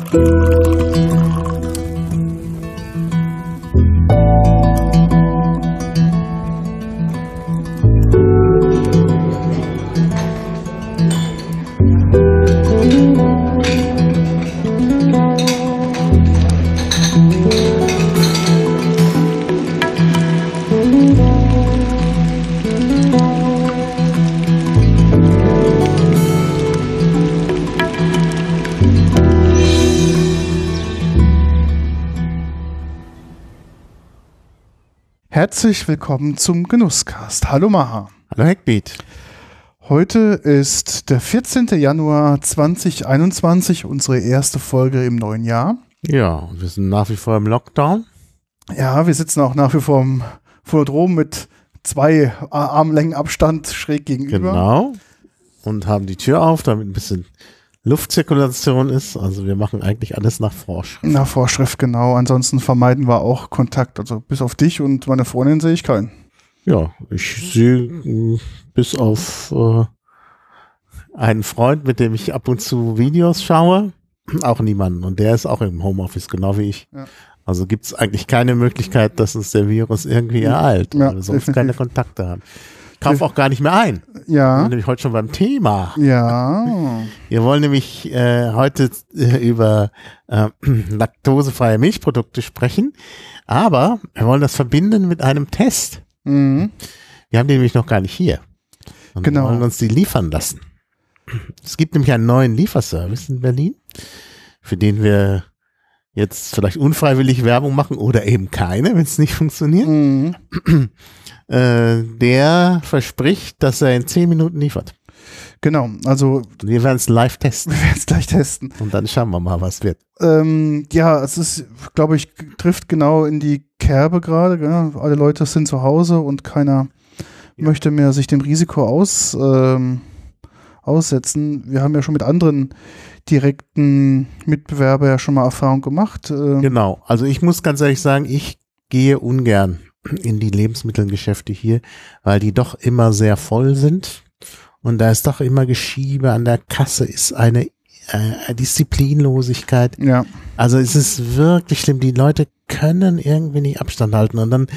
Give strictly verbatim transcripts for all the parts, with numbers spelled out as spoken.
Herzlich willkommen zum Genusscast. Hallo Maha. Hallo Hackbeat. Heute ist der vierzehnte Januar zweitausendeinundzwanzig, unsere erste Folge im neuen Jahr. Ja, und wir sind nach wie vor im Lockdown. Ja, wir sitzen auch nach wie vor im Phonodrom mit zwei Armlängen Abstand schräg gegenüber. Genau. Und haben die Tür auf, damit ein bisschen Luftzirkulation ist. Also wir machen eigentlich alles nach Vorschrift. Nach Vorschrift, genau. Ansonsten vermeiden wir auch Kontakt. Also bis auf dich und meine Freundin sehe ich keinen. Ja, ich sehe äh, bis auf äh, einen Freund, mit dem ich ab und zu Videos schaue, auch niemanden. Und der ist auch im Homeoffice, genau wie ich. Ja. Also gibt es eigentlich keine Möglichkeit, dass uns der Virus irgendwie ereilt, ja, weil wir sonst definitiv keine Kontakte haben. Ich kaufe auch gar nicht mehr ein. Ja. Wir sind nämlich heute schon beim Thema. Ja. Wir wollen nämlich äh, heute äh, über äh, laktosefreie Milchprodukte sprechen, aber wir wollen das verbinden mit einem Test. Mhm. Wir haben die nämlich noch gar nicht hier. Und genau. wir wollen uns die liefern lassen. Es gibt nämlich einen neuen Lieferservice in Berlin, für den wir jetzt vielleicht unfreiwillig Werbung machen oder eben keine, wenn es nicht funktioniert. Mhm. Äh, der verspricht, dass er in zehn Minuten liefert. Genau, also wir werden es live testen. Wir werden es gleich testen. Und dann schauen wir mal, was wird. Ähm, ja, es ist, glaube ich, trifft genau in die Kerbe gerade. Gell? Alle Leute sind zu Hause und keiner ja. möchte mehr sich dem Risiko aus, ähm, aussetzen. Wir haben ja schon mit anderen direkten Mitbewerbern ja schon mal Erfahrung gemacht. Ähm, genau, also ich muss ganz ehrlich sagen, ich gehe ungern in die Lebensmittelgeschäfte hier, weil die doch immer sehr voll sind und da ist doch immer Geschiebe an der Kasse, ist eine äh, Disziplinlosigkeit. Ja. Also es ist wirklich schlimm, die Leute können irgendwie nicht Abstand halten und dann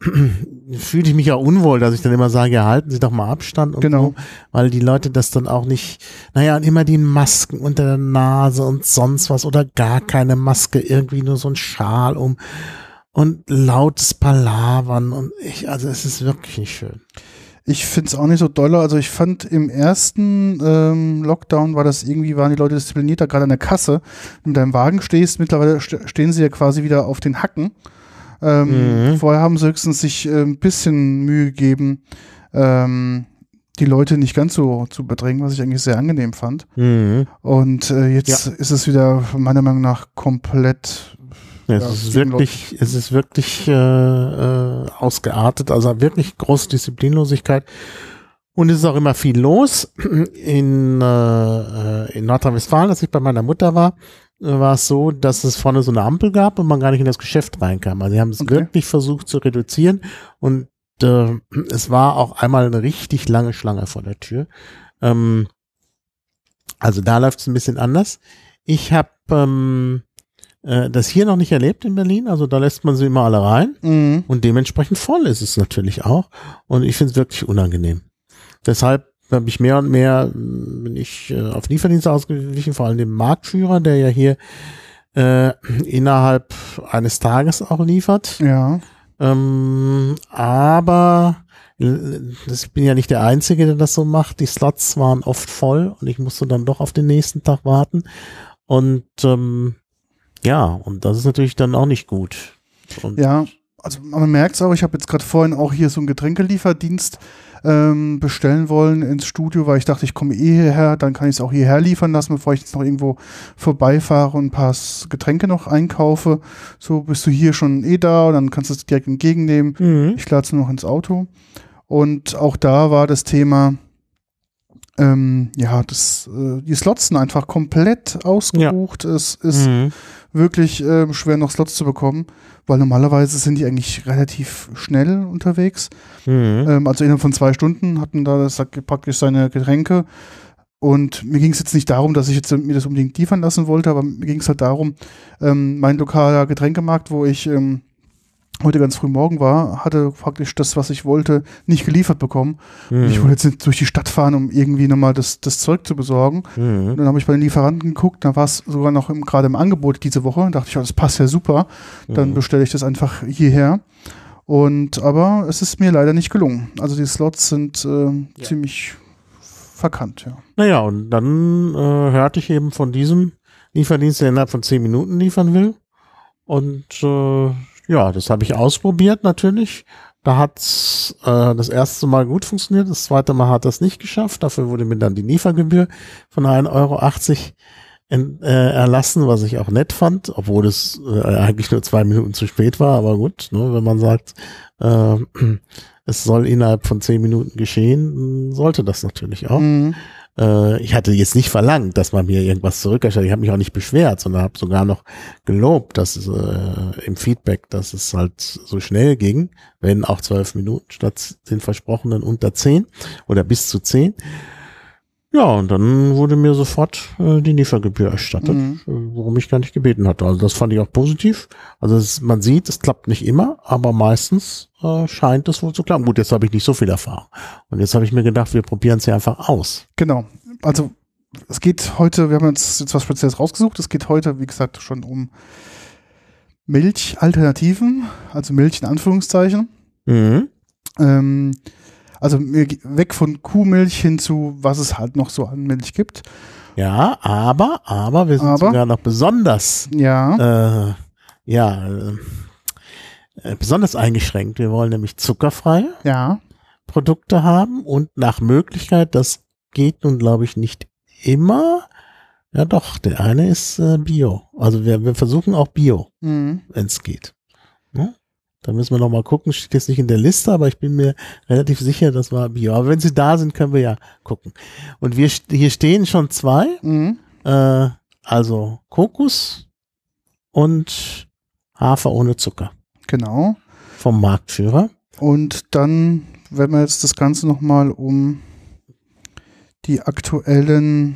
fühle ich mich auch unwohl, dass ich dann immer sage, ja, halten Sie doch mal Abstand und genau. so, weil die Leute das dann auch nicht, naja, und immer die Masken unter der Nase und sonst was oder gar keine Maske, irgendwie nur so ein Schal um und lautes Palavern und ich, also es ist wirklich nicht schön. Ich finde es auch nicht so doll. Also ich fand im ersten ähm, Lockdown war das irgendwie, waren die Leute disziplinierter, gerade an der Kasse. Wenn du in deinem Wagen stehst, mittlerweile st- stehen sie ja quasi wieder auf den Hacken. Ähm, mhm. Vorher haben sie höchstens sich äh, ein bisschen Mühe gegeben, ähm, die Leute nicht ganz so zu bedrängen, was ich eigentlich sehr angenehm fand. Mhm. Und äh, jetzt ja. ist es wieder meiner Meinung nach komplett Ja, es, ja, ist wirklich, es ist wirklich äh, äh, ausgeartet, also wirklich große Disziplinlosigkeit. Und es ist auch immer viel los. In, äh, in Nordrhein-Westfalen, als ich bei meiner Mutter war, war es so, dass es vorne so eine Ampel gab und man gar nicht in das Geschäft reinkam. Also sie haben es okay. wirklich versucht zu reduzieren und äh, es war auch einmal eine richtig lange Schlange vor der Tür. Ähm, also da läuft es ein bisschen anders. Ich habe ähm, das hier noch nicht erlebt in Berlin, also da lässt man sie immer alle rein mhm. und dementsprechend voll ist es natürlich auch und ich finde es wirklich unangenehm. Deshalb habe ich mehr und mehr, bin ich äh, auf Lieferdienste ausgewichen, vor allem dem Marktführer, der ja hier äh, innerhalb eines Tages auch liefert. Ja. Ähm, aber das, ich bin ja nicht der Einzige, der das so macht. Die Slots waren oft voll und ich musste dann doch auf den nächsten Tag warten und ähm, ja, und das ist natürlich dann auch nicht gut. Und ja, also man merkt es auch, ich habe jetzt gerade vorhin auch hier so einen Getränkelieferdienst ähm, bestellen wollen ins Studio, weil ich dachte, ich komme eh hierher, dann kann ich es auch hierher liefern lassen, bevor ich jetzt noch irgendwo vorbeifahre und ein paar Getränke noch einkaufe. So bist du hier schon eh da und dann kannst du es direkt entgegennehmen. Mhm. Ich lade es nur noch ins Auto. Und auch da war das Thema, ähm, ja, das, äh, die Slots sind einfach komplett ausgebucht. Ja. Es ist mhm. wirklich äh, schwer, noch Slots zu bekommen, weil normalerweise sind die eigentlich relativ schnell unterwegs. Mhm. Ähm, also innerhalb von zwei Stunden hatten da das praktisch seine Getränke. Und mir ging es jetzt nicht darum, dass ich jetzt mir das unbedingt liefern lassen wollte, aber mir ging es halt darum, ähm, mein lokaler Getränkemarkt, wo ich ähm, heute ganz früh morgen war, hatte praktisch das, was ich wollte, nicht geliefert bekommen. Mhm. Und ich wollte jetzt nicht durch die Stadt fahren, um irgendwie nochmal das, das Zeug zu besorgen. Mhm. Und dann habe ich bei den Lieferanten geguckt, da war es sogar noch im, gerade im Angebot diese Woche. Und dachte ich, oh, das passt ja super. Dann Mhm. bestelle ich das einfach hierher. Und aber es ist mir leider nicht gelungen. Also die Slots sind äh, Ja. ziemlich verkannt, ja. Naja, und dann äh, hörte ich eben von diesem Lieferdienst, der innerhalb von zehn Minuten liefern will. Und äh, ja, das habe ich ausprobiert natürlich. Da hat's äh, das erste Mal gut funktioniert, das zweite Mal hat das nicht geschafft. Dafür wurde mir dann die Liefergebühr von ein Euro achtzig in, äh, erlassen, was ich auch nett fand, obwohl es äh, eigentlich nur zwei Minuten zu spät war. Aber gut, ne, wenn man sagt, äh, es soll innerhalb von zehn Minuten geschehen, sollte das natürlich auch. Mhm. Äh, ich hatte jetzt nicht verlangt, dass man mir irgendwas zurückerstattet. Ich habe mich auch nicht beschwert, sondern habe sogar noch gelobt, dass es, äh, im Feedback, dass es halt so schnell ging, wenn auch zwölf Minuten statt den versprochenen unter zehn oder bis zu zehn. Ja, und dann wurde mir sofort äh, die Liefergebühr erstattet, Mhm. äh, worum ich gar nicht gebeten hatte. Also das fand ich auch positiv. Also es, man sieht, es klappt nicht immer, aber meistens äh, scheint es wohl zu klappen. Gut, jetzt habe ich nicht so viel Erfahrung. Und jetzt habe ich mir gedacht, wir probieren es ja einfach aus. Genau. Also es geht heute, wir haben uns jetzt was Spezielles rausgesucht, es geht heute, wie gesagt, schon um Milchalternativen, also Milch in Anführungszeichen. Mhm. Ähm, also wir ge- weg von Kuhmilch hin zu, was es halt noch so an Milch gibt. Ja, aber, aber wir sind Aber? sogar noch besonders, Ja, äh, ja, äh, äh, besonders eingeschränkt. Wir wollen nämlich zuckerfreie ja, Produkte haben und nach Möglichkeit, das geht nun, glaube ich, nicht immer. Ja doch, der eine ist äh, Bio. Also wir, wir versuchen auch Bio, mhm. wenn es geht. Ne? Da müssen wir noch mal gucken, steht jetzt nicht in der Liste, aber ich bin mir relativ sicher, das war Bio. Aber wenn sie da sind, können wir ja gucken. Und wir st- hier stehen schon zwei, Mhm. äh, also Kokos und Hafer ohne Zucker Genau. vom Marktführer. Und dann werden wir jetzt das Ganze nochmal um die aktuellen,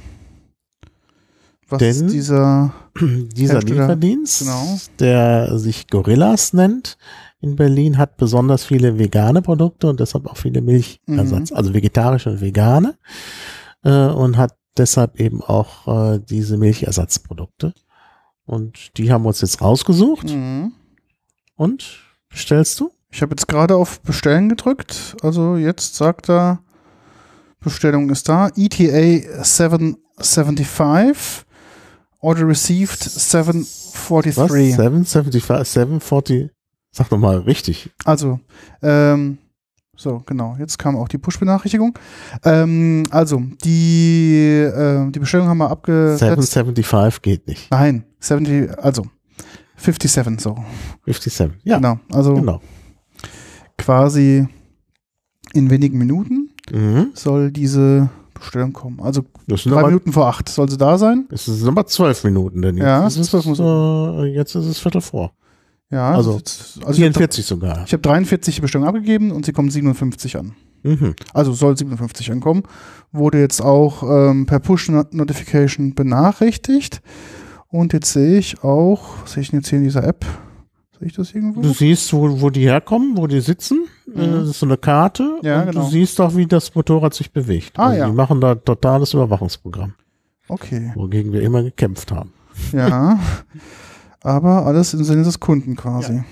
was Denn- ist dieser, Dieser Hersteller, Lieferdienst, genau. der sich Gorillas nennt in Berlin, hat besonders viele vegane Produkte und deshalb auch viele Milchersatz, Mhm. also vegetarische und vegane, äh, und hat deshalb eben auch äh, diese Milchersatzprodukte. Und die haben wir uns jetzt rausgesucht. mhm. Und bestellst du? Ich habe jetzt gerade auf Bestellen gedrückt, also jetzt sagt er, Bestellung ist da, E T A seven seventy-five, Order received seven Was? forty-three. seven seventy-five, seven forty. Sag doch mal richtig. Also, ähm, so, genau, jetzt kam auch die Push-Benachrichtigung. Ähm, also, die, äh, die Bestellung haben wir seven abgesetzt. seventy-five geht nicht. Nein, siebzig, also, fünfundfünfzig, so. fünfundfünfzig. Ja, Genau, also genau. quasi in wenigen Minuten Mhm. soll diese Bestellung kommen. Also, Das sind drei aber, Minuten vor acht soll sie da sein. es sind aber zwölf Minuten, denn jetzt, Ja, ist es, zwölf Minuten. äh, jetzt ist es Viertel vor. Ja, Also, jetzt, also ich habe vierundvierzig sogar. hab dreiundvierzig die Bestellung abgegeben und sie kommen siebenundfünfzig an. Mhm. Also soll siebenundfünfzig ankommen. Wurde jetzt auch ähm, per Push-Notification benachrichtigt. Und jetzt sehe ich auch, was sehe ich denn jetzt hier in dieser App? Sehe ich das irgendwo? Du siehst, wo, wo die herkommen, wo die sitzen. Mhm. Äh, Das ist so eine Karte. Ja, und genau. du siehst auch, wie das Motorrad sich bewegt. Ah, also ja. Die machen da totales Überwachungsprogramm, Okay, wogegen wir immer gekämpft haben. ja. Aber alles im Sinne des Kunden quasi. Ja.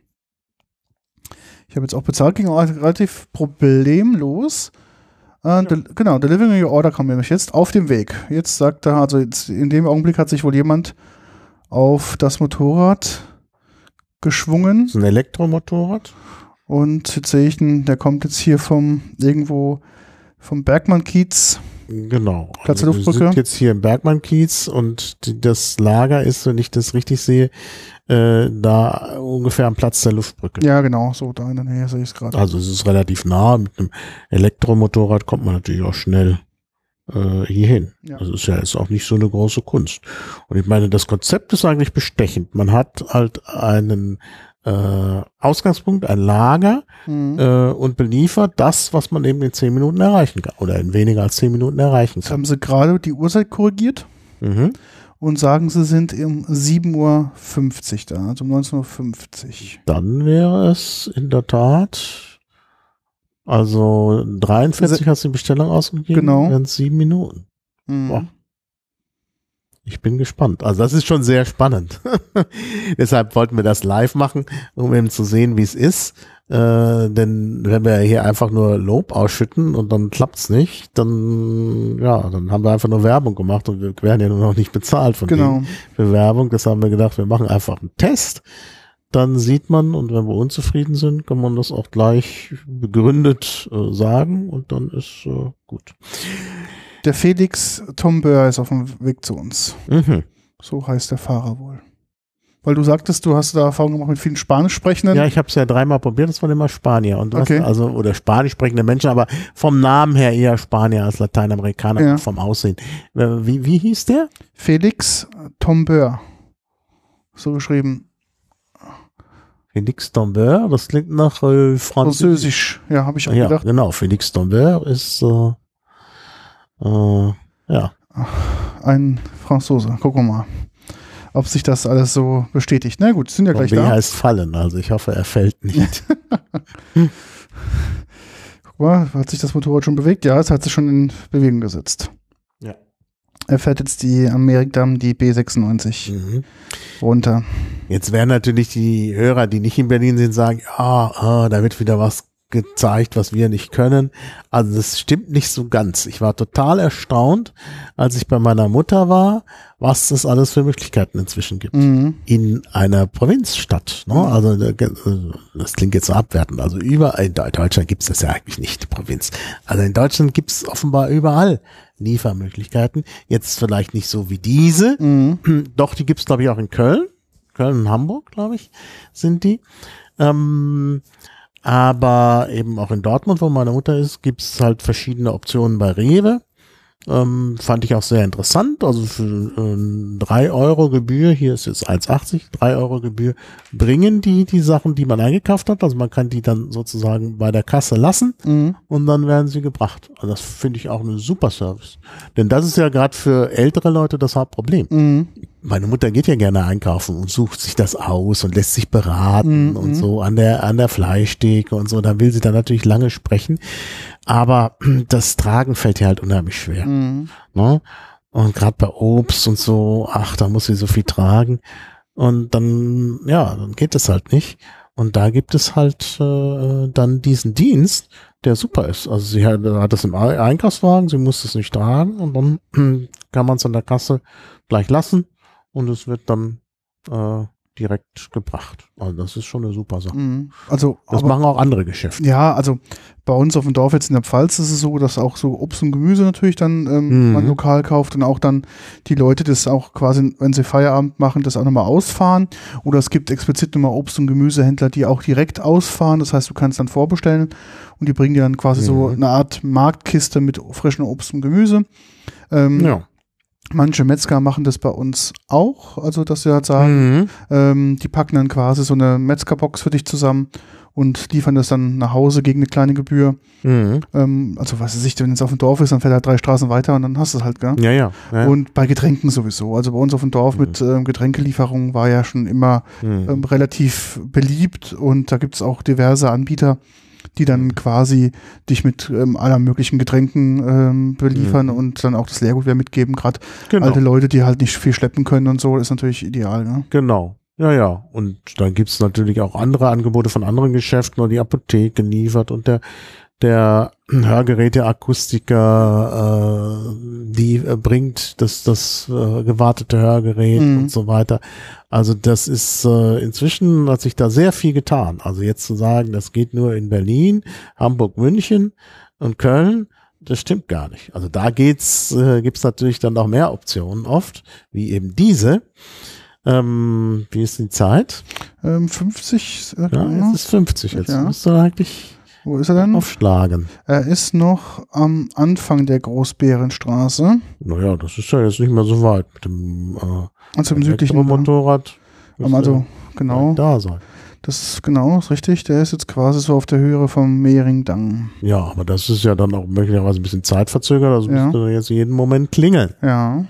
Ich habe jetzt auch bezahlt, ging auch relativ problemlos. Äh, del genau, Delivering Your Order kam nämlich jetzt auf dem Weg. Jetzt sagt er, also jetzt in dem Augenblick hat sich wohl jemand auf das Motorrad geschwungen. Das ist ein Elektromotorrad. Und jetzt sehe ich ihn, der kommt jetzt hier vom irgendwo vom Bergmann-Kiez. Genau. Platz der Also wir Luftbrücke. sind jetzt hier im Bergmann-Kiez und die, das Lager ist, wenn ich das richtig sehe, äh, da ungefähr am Platz der Luftbrücke. Ja, genau, so da in der Nähe sehe ich es gerade. Also es ist relativ nah. Mit einem Elektromotorrad kommt man natürlich auch schnell äh, hierhin. Ja. Das ist ja jetzt auch nicht so eine große Kunst. Und ich meine, das Konzept ist eigentlich bestechend. Man hat halt einen äh, Ausgangspunkt, ein Lager Mhm. äh, und beliefert das, was man eben in zehn Minuten erreichen kann oder in weniger als zehn Minuten erreichen Jetzt kann. haben sie gerade die Uhrzeit korrigiert Mhm. und sagen, sie sind um sieben Uhr fünfzig da, also um neunzehn Uhr fünfzig. Dann wäre es in der Tat, also dreiundvierzig hast du die Bestellung ausgegeben, Genau. wären es sieben Minuten. Mhm. Boah. Ich bin gespannt. Also das ist schon sehr spannend. Deshalb wollten wir das live machen, um eben zu sehen, wie es ist. Äh, denn wenn wir hier einfach nur Lob ausschütten und dann klappt's nicht, dann ja, dann haben wir einfach nur Werbung gemacht und wir werden ja nur noch nicht bezahlt von Genau. denen für Werbung. Deshalb haben wir gedacht, wir machen einfach einen Test. Dann sieht man, und wenn wir unzufrieden sind, kann man das auch gleich begründet äh, sagen und dann ist äh, gut. Der Felix Tombeur ist auf dem Weg zu uns. Mhm. So heißt der Fahrer wohl. Weil du sagtest, du hast da Erfahrung gemacht mit vielen Spanisch sprechenden. Ja, ich habe es ja dreimal probiert, das waren immer Spanier. Und was, Okay. also, oder spanisch sprechende Menschen, aber vom Namen her eher Spanier als Lateinamerikaner, Ja. vom Aussehen. Äh, Wie, wie hieß der? Felix Tombeur. So geschrieben. Felix Tombeur, das klingt nach äh, Französisch. Französisch. Ja, habe ich auch Ja, gedacht. genau, Felix Tombeur ist äh, äh, ja. Ein Franzose. Gucken wir mal, ob sich das alles so bestätigt. Na gut, sind ja gleich Tombeur da. heißt fallen, also ich hoffe, er fällt nicht. Guck mal, hat sich das Motorrad schon bewegt? Ja, es hat sich schon in Bewegung gesetzt. Ja. Er fährt jetzt die am Meerikdamm, die B sechsundneunzig Mhm. runter. Jetzt werden natürlich die Hörer, die nicht in Berlin sind, sagen, ja, ah, da wird wieder was gezeigt, was wir nicht können. Also das stimmt nicht so ganz. Ich war total erstaunt, als ich bei meiner Mutter war, was es alles für Möglichkeiten inzwischen gibt. Mhm. In einer Provinzstadt. Ne? Also das klingt jetzt so abwertend. Also überall in Deutschland gibt es das ja eigentlich nicht, die Provinz. Also in Deutschland gibt es offenbar überall Liefermöglichkeiten. Jetzt vielleicht nicht so wie diese. Mhm. Doch, die gibt es, glaube ich, auch in Köln. Köln und Hamburg, glaube ich, sind die. Ähm, aber eben auch in Dortmund, wo meine Mutter ist, gibt es halt verschiedene Optionen bei Rewe. Ähm, fand ich auch sehr interessant. Also für äh, drei Euro Gebühr, hier ist jetzt eins achtzig, drei Euro Gebühr, bringen die die Sachen, die man eingekauft hat. Also man kann die dann sozusagen bei der Kasse lassen Mhm. und dann werden sie gebracht. Also das finde ich auch einen super Service. Denn das ist ja gerade für ältere Leute das Hauptproblem. Mhm. Meine Mutter geht ja gerne einkaufen und sucht sich das aus und lässt sich beraten Mhm. und so an der an der Fleischtheke und so. Da will sie dann natürlich lange sprechen, aber das Tragen fällt ihr halt unheimlich schwer. Mhm. Ne? Und gerade bei Obst und so, ach, da muss sie so viel tragen und dann, ja, dann geht es halt nicht. Und da gibt es halt äh, dann diesen Dienst, der super ist. Also sie hat, hat das im Einkaufswagen, sie muss es nicht tragen und dann kann man es an der Kasse gleich lassen. Und es wird dann äh, direkt gebracht. Also das ist schon eine super Sache. Mhm. Also, Das aber, machen auch andere Geschäfte. ja, also bei uns auf dem Dorf jetzt in der Pfalz ist es so, dass auch so Obst und Gemüse natürlich dann ähm, Mhm. man lokal kauft und auch dann die Leute das auch quasi, wenn sie Feierabend machen, das auch nochmal ausfahren. Oder es gibt explizit nochmal Obst- und Gemüsehändler, die auch direkt ausfahren. Das heißt, du kannst dann vorbestellen und die bringen dir dann quasi so Mhm. eine Art Marktkiste mit frischem Obst und Gemüse. Ähm, Ja. Manche Metzger machen das bei uns auch, also dass sie halt sagen, Mhm. ähm, die packen dann quasi so eine Metzgerbox für dich zusammen und liefern das dann nach Hause gegen eine kleine Gebühr. Mhm. Ähm, also was weiß ich, wenn es auf dem Dorf ist, dann fährt er halt drei Straßen weiter und dann hast du es halt, gell? Ja, ja. ja. Und bei Getränken sowieso. Also bei uns auf dem Dorf Mhm. mit ähm, Getränkelieferungen war ja schon immer mhm. ähm, relativ beliebt und da gibt es auch diverse Anbieter, die dann quasi dich mit ähm, aller möglichen Getränken ähm, beliefern Mhm. und dann auch das Leergut wieder mitgeben. Gerade Genau. alte Leute, die halt nicht viel schleppen können und so, ist natürlich ideal. Ne? Genau. Ja, ja. Und dann gibt's natürlich auch andere Angebote von anderen Geschäften oder die Apotheke liefert und der der Hörgeräteakustiker, äh, die äh, bringt das, das äh, gewartete Hörgerät Mhm. und so weiter. Also das ist äh, inzwischen hat sich da sehr viel getan. Also jetzt zu sagen, das geht nur in Berlin, Hamburg, München und Köln, das stimmt gar nicht. Also da geht's, äh, gibt's natürlich dann auch mehr Optionen oft, wie eben diese. Ähm, wie ist die Zeit? Ähm, fünfzig, sagt Ja, man, jetzt ist fünfzig. Jetzt Ja. müsste er eigentlich wo ist er denn? aufschlagen. Er ist noch am Anfang der Großbärenstraße, Naja, das ist ja jetzt nicht mehr so weit mit dem äh, also im südlichen Motorrad. Ähm, also genau, Da sein. Das ist genau, ist richtig. Der ist jetzt quasi so auf der Höhe vom Mehringdamm. Ja, aber das ist ja dann auch möglicherweise ein bisschen zeitverzögert, also Ja. müsste jetzt jeden Moment klingeln. Ja.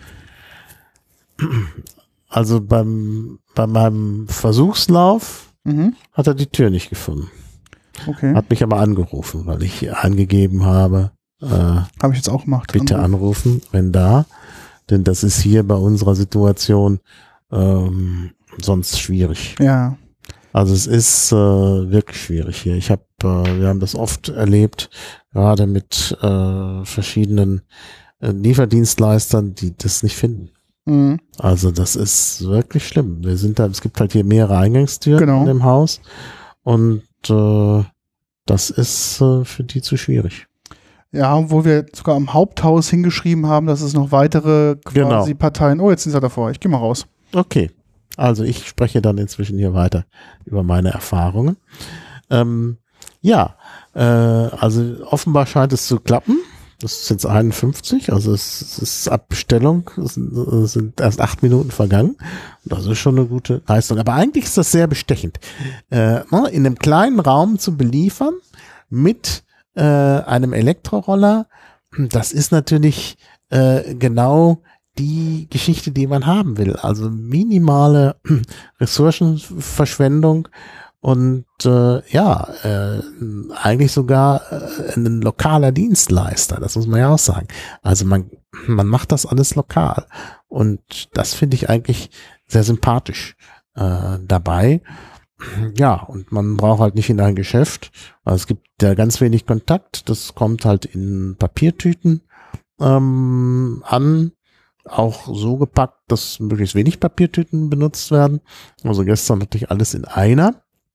Also beim, bei meinem Versuchslauf Mhm. hat er die Tür nicht gefunden. Okay. Hat mich aber angerufen, weil ich angegeben habe, äh, Habe ich jetzt auch gemacht. bitte anrufen, wenn da. Denn das ist hier bei unserer Situation ähm, sonst schwierig. Ja. Also es ist äh, wirklich schwierig hier. Ich habe, äh, wir haben das oft erlebt, gerade mit äh, verschiedenen äh, Lieferdienstleistern, die das nicht finden. Mhm. Also das ist wirklich schlimm. Wir sind da, es gibt halt hier mehrere Eingangstüren Genau. in dem Haus und äh, das ist äh, für die zu schwierig. Ja, wo wir sogar am Haupthaus hingeschrieben haben, dass es noch weitere quasi Genau. Parteien. Oh, jetzt sind sie davor. Ich gehe mal raus. Okay, also ich spreche dann inzwischen hier weiter über meine Erfahrungen. Ähm, ja, äh, also offenbar scheint es zu klappen. Das ist jetzt einundfünfzig, also es, es ist ab Bestellung, es sind, es sind erst acht Minuten vergangen. Das ist schon eine gute Leistung. Aber eigentlich ist das sehr bestechend, äh, ne, in einem kleinen Raum zu beliefern mit äh, einem Elektroroller. Das ist natürlich äh, genau die Geschichte, die man haben will. Also minimale Ressourcenverschwendung und äh, ja, äh, eigentlich sogar äh, ein lokaler Dienstleister, das muss man ja auch sagen. Also man, man macht das alles lokal und das finde ich eigentlich sehr sympathisch äh, dabei. Ja, und man braucht halt nicht in ein Geschäft, weil es gibt ja ganz wenig Kontakt, das kommt halt in Papiertüten ähm, an, auch so gepackt, dass möglichst wenig Papiertüten benutzt werden. Also gestern hatte ich alles in einer.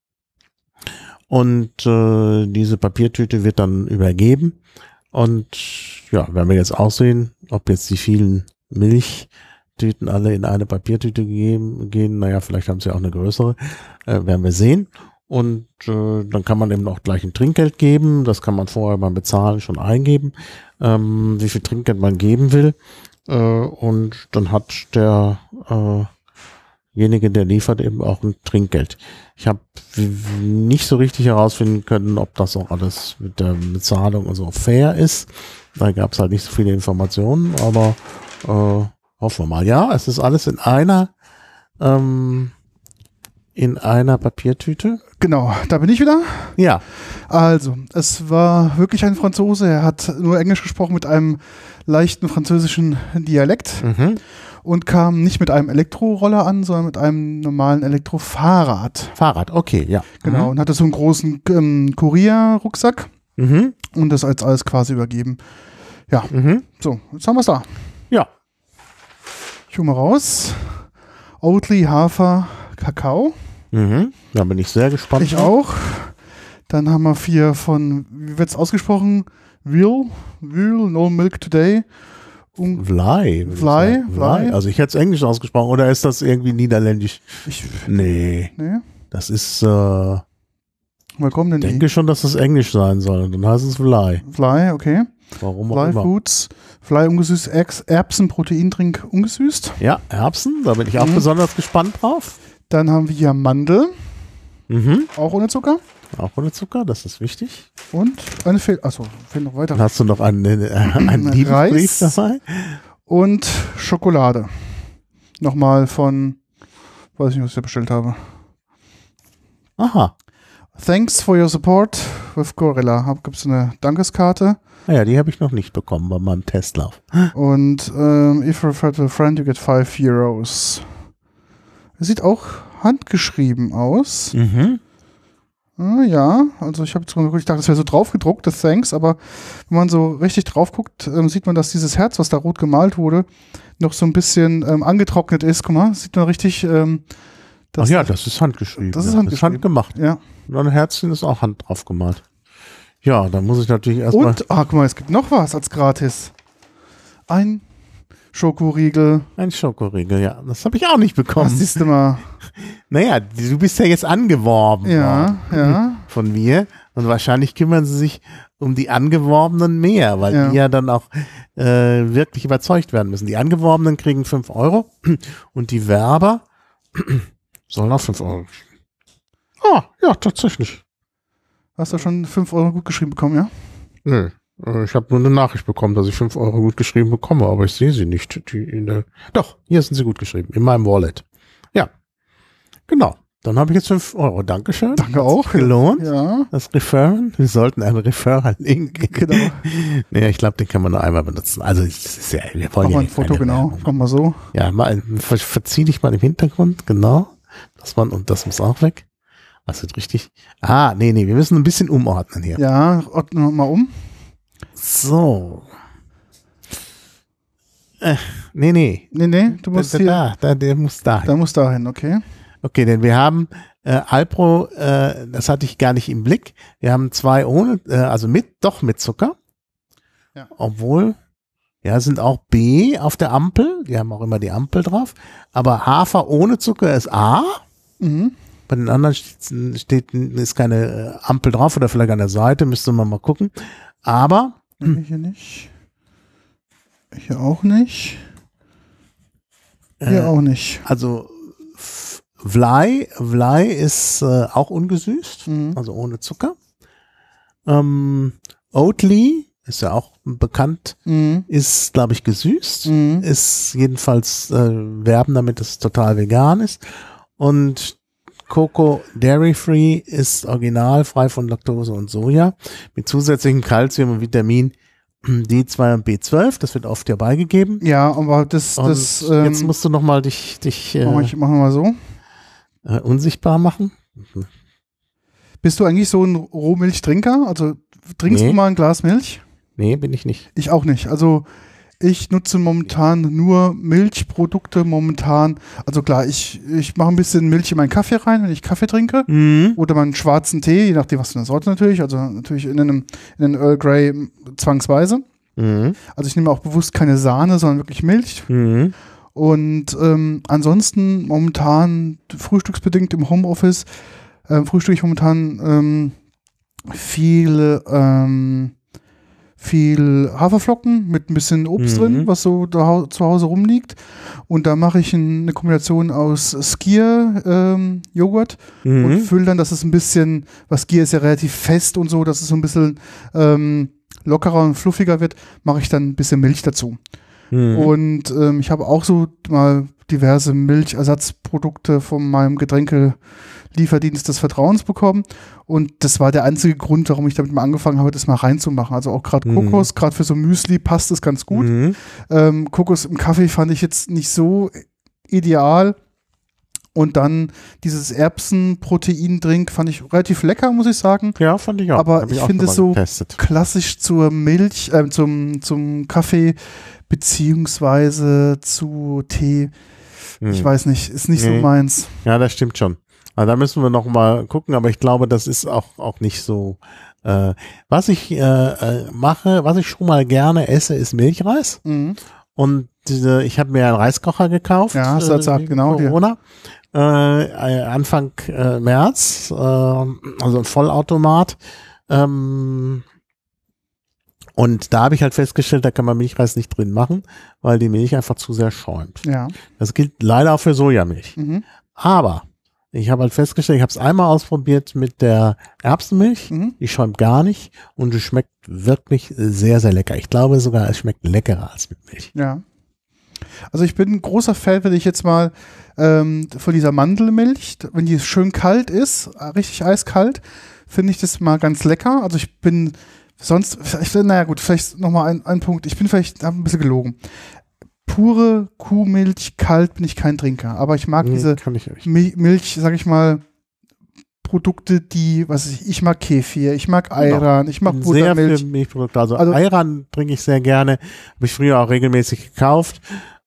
Und äh, diese Papiertüte wird dann übergeben. Und ja, werden wir jetzt auch sehen, ob jetzt die vielen Milchtüten alle in eine Papiertüte gegeben, gehen. Naja, vielleicht haben sie auch eine größere. Äh, werden wir sehen. Und äh, dann kann man eben auch gleich ein Trinkgeld geben. Das kann man vorher beim Bezahlen schon eingeben, ähm, wie viel Trinkgeld man geben will. Äh, und dann hat der äh, derjenige, der liefert, eben auch ein Trinkgeld. Ich habe nicht so richtig herausfinden können, ob das auch alles mit der Bezahlung und so fair ist. Da gab es halt nicht so viele Informationen, aber äh, hoffen wir mal. Ja, es ist alles in einer ähm, in einer Papiertüte. Genau, da bin ich wieder. Ja. Also, es war wirklich ein Franzose. Er hat nur Englisch gesprochen mit einem leichten französischen Dialekt. Mhm. Und kam nicht mit einem Elektroroller an, sondern mit einem normalen Elektrofahrrad. Fahrrad, okay, ja. Genau, Mhm. und hatte so einen großen ähm, Kurierrucksack Mhm. und das als alles quasi übergeben. Ja, Mhm. so, jetzt haben wir es da. Ja. Ich hole mal raus. Oatly, Hafer, Kakao. Mhm. Da bin ich sehr gespannt. Ich auch. Dann haben wir vier von, wie wird es ausgesprochen? Will, Will, No Milk Today. Um, Vlaai. würde ich Vlaai, sagen. Vlaai. Also ich hätte es Englisch ausgesprochen, oder ist das irgendwie niederländisch? ich, Nee, ne? das ist, äh, Woher kommen denn denke die? schon, dass das Englisch sein soll. Dann heißt es Vlaai. Fly, okay. Warum auch Fly immer. Foods. Fly ungesüßt, Erbs, Erbsen, Proteintrink ungesüßt. Ja, Erbsen, da bin ich auch Mhm. besonders gespannt drauf. Dann haben wir hier Mandel, Mhm. auch ohne Zucker. Auch ohne Zucker, das ist wichtig. Und eine fehlt, achso, fehlt noch weiter. Dann hast du noch einen, äh, einen Liebesbrief Reis. dabei. Und Schokolade. Nochmal von, weiß ich nicht, was ich da bestellt habe. Aha. Thanks for your support with Gorilla. Gibt es eine Dankeskarte. Naja, die habe ich noch nicht bekommen bei meinem Testlauf. Und ähm, if you refer to a friend, you get five euros. Sieht auch handgeschrieben aus. Mhm. Ah, ja, also ich habe jetzt mal wirklich gedacht, das wäre so drauf gedruckt, das Thanks, aber wenn man so richtig drauf guckt, ähm, sieht man, dass dieses Herz, was da rot gemalt wurde, noch so ein bisschen ähm, angetrocknet ist. Guck mal, sieht man richtig. Ähm, Ach ja, das ist handgeschrieben. Das ist ja. handgeschrieben. handgemacht. Ja. Und ein Herzchen ist auch hand drauf gemalt. Ja, dann muss ich natürlich erstmal. Und, ah, guck mal, es gibt noch was als gratis. Ein Schokoriegel. Ein Schokoriegel, ja. Das habe ich auch nicht bekommen. Was siehst du mal? Naja, du bist ja jetzt angeworben Ja, worden ja. von mir. Und wahrscheinlich kümmern sie sich um die Angeworbenen mehr, weil Ja. die ja dann auch äh, wirklich überzeugt werden müssen. Die Angeworbenen kriegen fünf Euro und die Werber sollen auch fünf Euro kriegen. Ah, ja, tatsächlich. Hast du schon fünf Euro gut geschrieben bekommen, ja? Nö. Ich habe nur eine Nachricht bekommen, dass ich fünf Euro gut geschrieben bekomme, aber ich sehe sie nicht. Die in der Doch, hier sind sie gut geschrieben, in meinem Wallet. Ja, genau. Dann habe ich jetzt fünf Euro. Dankeschön. Danke auch. Gelohnt. Ja. Das Referen. Wir sollten einen Referral-Link. Genau. Nee, ich glaube, den kann man nur einmal benutzen. Also, das ist ja, wir wollen Mach ja mal ein Foto, genau. Mach mal so. Ja, mal, ver verzieh dich mal im Hintergrund, genau. Das man, und das muss auch weg. Das wird richtig. Ah, nee, nee, wir müssen ein bisschen umordnen hier. Ja, ordnen wir mal um. So. Äh, nee, nee. Nee, nee, du musst da, hier. Da, da, der muss da. Da muss da hin, okay. Okay, denn wir haben äh, Alpro, äh, das hatte ich gar nicht im Blick. Wir haben zwei ohne, äh, also mit, doch mit Zucker. Ja. Obwohl, ja, sind auch B auf der Ampel. Die haben auch immer die Ampel drauf. Aber Hafer ohne Zucker ist A. Mhm. Bei den anderen steht, steht ist keine Ampel drauf oder vielleicht an der Seite, müsste man mal gucken. Aber nee, hier nicht. Hier auch nicht. Hier äh, auch nicht. Also Vlai, Vlai ist äh, auch ungesüßt, Mhm. also ohne Zucker. Ähm, Oatly ist ja auch bekannt, Mhm. ist, glaube ich, gesüßt. Mhm. Ist jedenfalls äh, werben damit, dass es total vegan ist. Und Coco Dairy Free ist original, frei von Laktose und Soja, mit zusätzlichem Calcium und Vitamin D zwei und B zwölf. Das wird oft ja beigegeben. Ja, aber das, Und das ähm, jetzt musst du noch mal dich, dich äh, mach ich, machen wir mal so. äh, unsichtbar machen. Bist du eigentlich so ein Rohmilchtrinker? Also trinkst Nee. du mal ein Glas Milch? Nee, bin ich nicht. Ich auch nicht. Also ich nutze momentan nur Milchprodukte momentan. Also klar, ich, ich mache ein bisschen Milch in meinen Kaffee rein, wenn ich Kaffee trinke. Mhm. Oder meinen schwarzen Tee, je nachdem, was für eine Sorte natürlich. Also natürlich in einem, in einem Earl Grey zwangsweise. Mhm. Also ich nehme auch bewusst keine Sahne, sondern wirklich Milch. Mhm. Und ähm, ansonsten momentan frühstücksbedingt im Homeoffice äh, frühstücke ich momentan ähm, viele ähm, viel Haferflocken mit ein bisschen Obst Mhm. drin, was so da hau- zu Hause rumliegt. Und da mache ich ein, eine Kombination aus Skyr ähm, Joghurt und Mhm. fülle dann, dass es ein bisschen, was Skyr ist ja relativ fest und so, dass es so ein bisschen ähm, lockerer und fluffiger wird, mache ich dann ein bisschen Milch dazu. Mhm. Und ähm, ich habe auch so mal diverse Milchersatzprodukte von meinem Getränkelieferdienst des Vertrauens bekommen. Und das war der einzige Grund, warum ich damit mal angefangen habe, das mal reinzumachen. Also auch gerade Mhm. Kokos, gerade für so Müsli passt es ganz gut. Mhm. Ähm, Kokos im Kaffee fand ich jetzt nicht so ideal. Und dann dieses Erbsenprotein-Drink fand ich relativ lecker, muss ich sagen. Ja, fand ich auch. Aber Hab ich auch finde schon es mal so getestet. klassisch zur Milch, äh, zum, zum Kaffee beziehungsweise zu Tee. Ich Mhm. weiß nicht, ist nicht so Nee. meins. Ja, das stimmt schon. Also da müssen wir noch mal gucken, aber ich glaube, das ist auch, auch nicht so. Äh, was ich äh, äh, mache, was ich schon mal gerne esse, ist Milchreis. Mhm. Und äh, ich habe mir einen Reiskocher gekauft. Ja, hast du äh, gesagt, wegen genau, hier. Corona. Äh, Anfang äh, März, äh, also ein Vollautomat. Ähm, und da habe ich halt festgestellt, da kann man Milchreis nicht drin machen, weil die Milch einfach zu sehr schäumt. Ja. Das gilt leider auch für Sojamilch. Mhm. Aber ich habe halt festgestellt, ich habe es einmal ausprobiert mit der Erbsenmilch. Mhm. Die schäumt gar nicht und es schmeckt wirklich sehr, sehr lecker. Ich glaube sogar, es schmeckt leckerer als mit Milch. Ja. Also ich bin ein großer Fan, wenn ich jetzt mal ähm, von dieser Mandelmilch, wenn die schön kalt ist, äh, richtig eiskalt, finde ich das mal ganz lecker. Also ich bin sonst, ich, naja gut, vielleicht nochmal ein, ein Punkt. Ich bin vielleicht, habe ein bisschen gelogen. Pure Kuhmilch kalt bin ich kein Trinker, aber ich mag Nee, diese kann ich nicht. Mi- Milch, sag ich mal, Produkte, die, was weiß ich, ich mag Kefir, ich mag Ayran, ich mag Bin sehr Buttermilch. für Milchprodukte. Also, Also- Ayran trinke ich sehr gerne. Habe ich früher auch regelmäßig gekauft.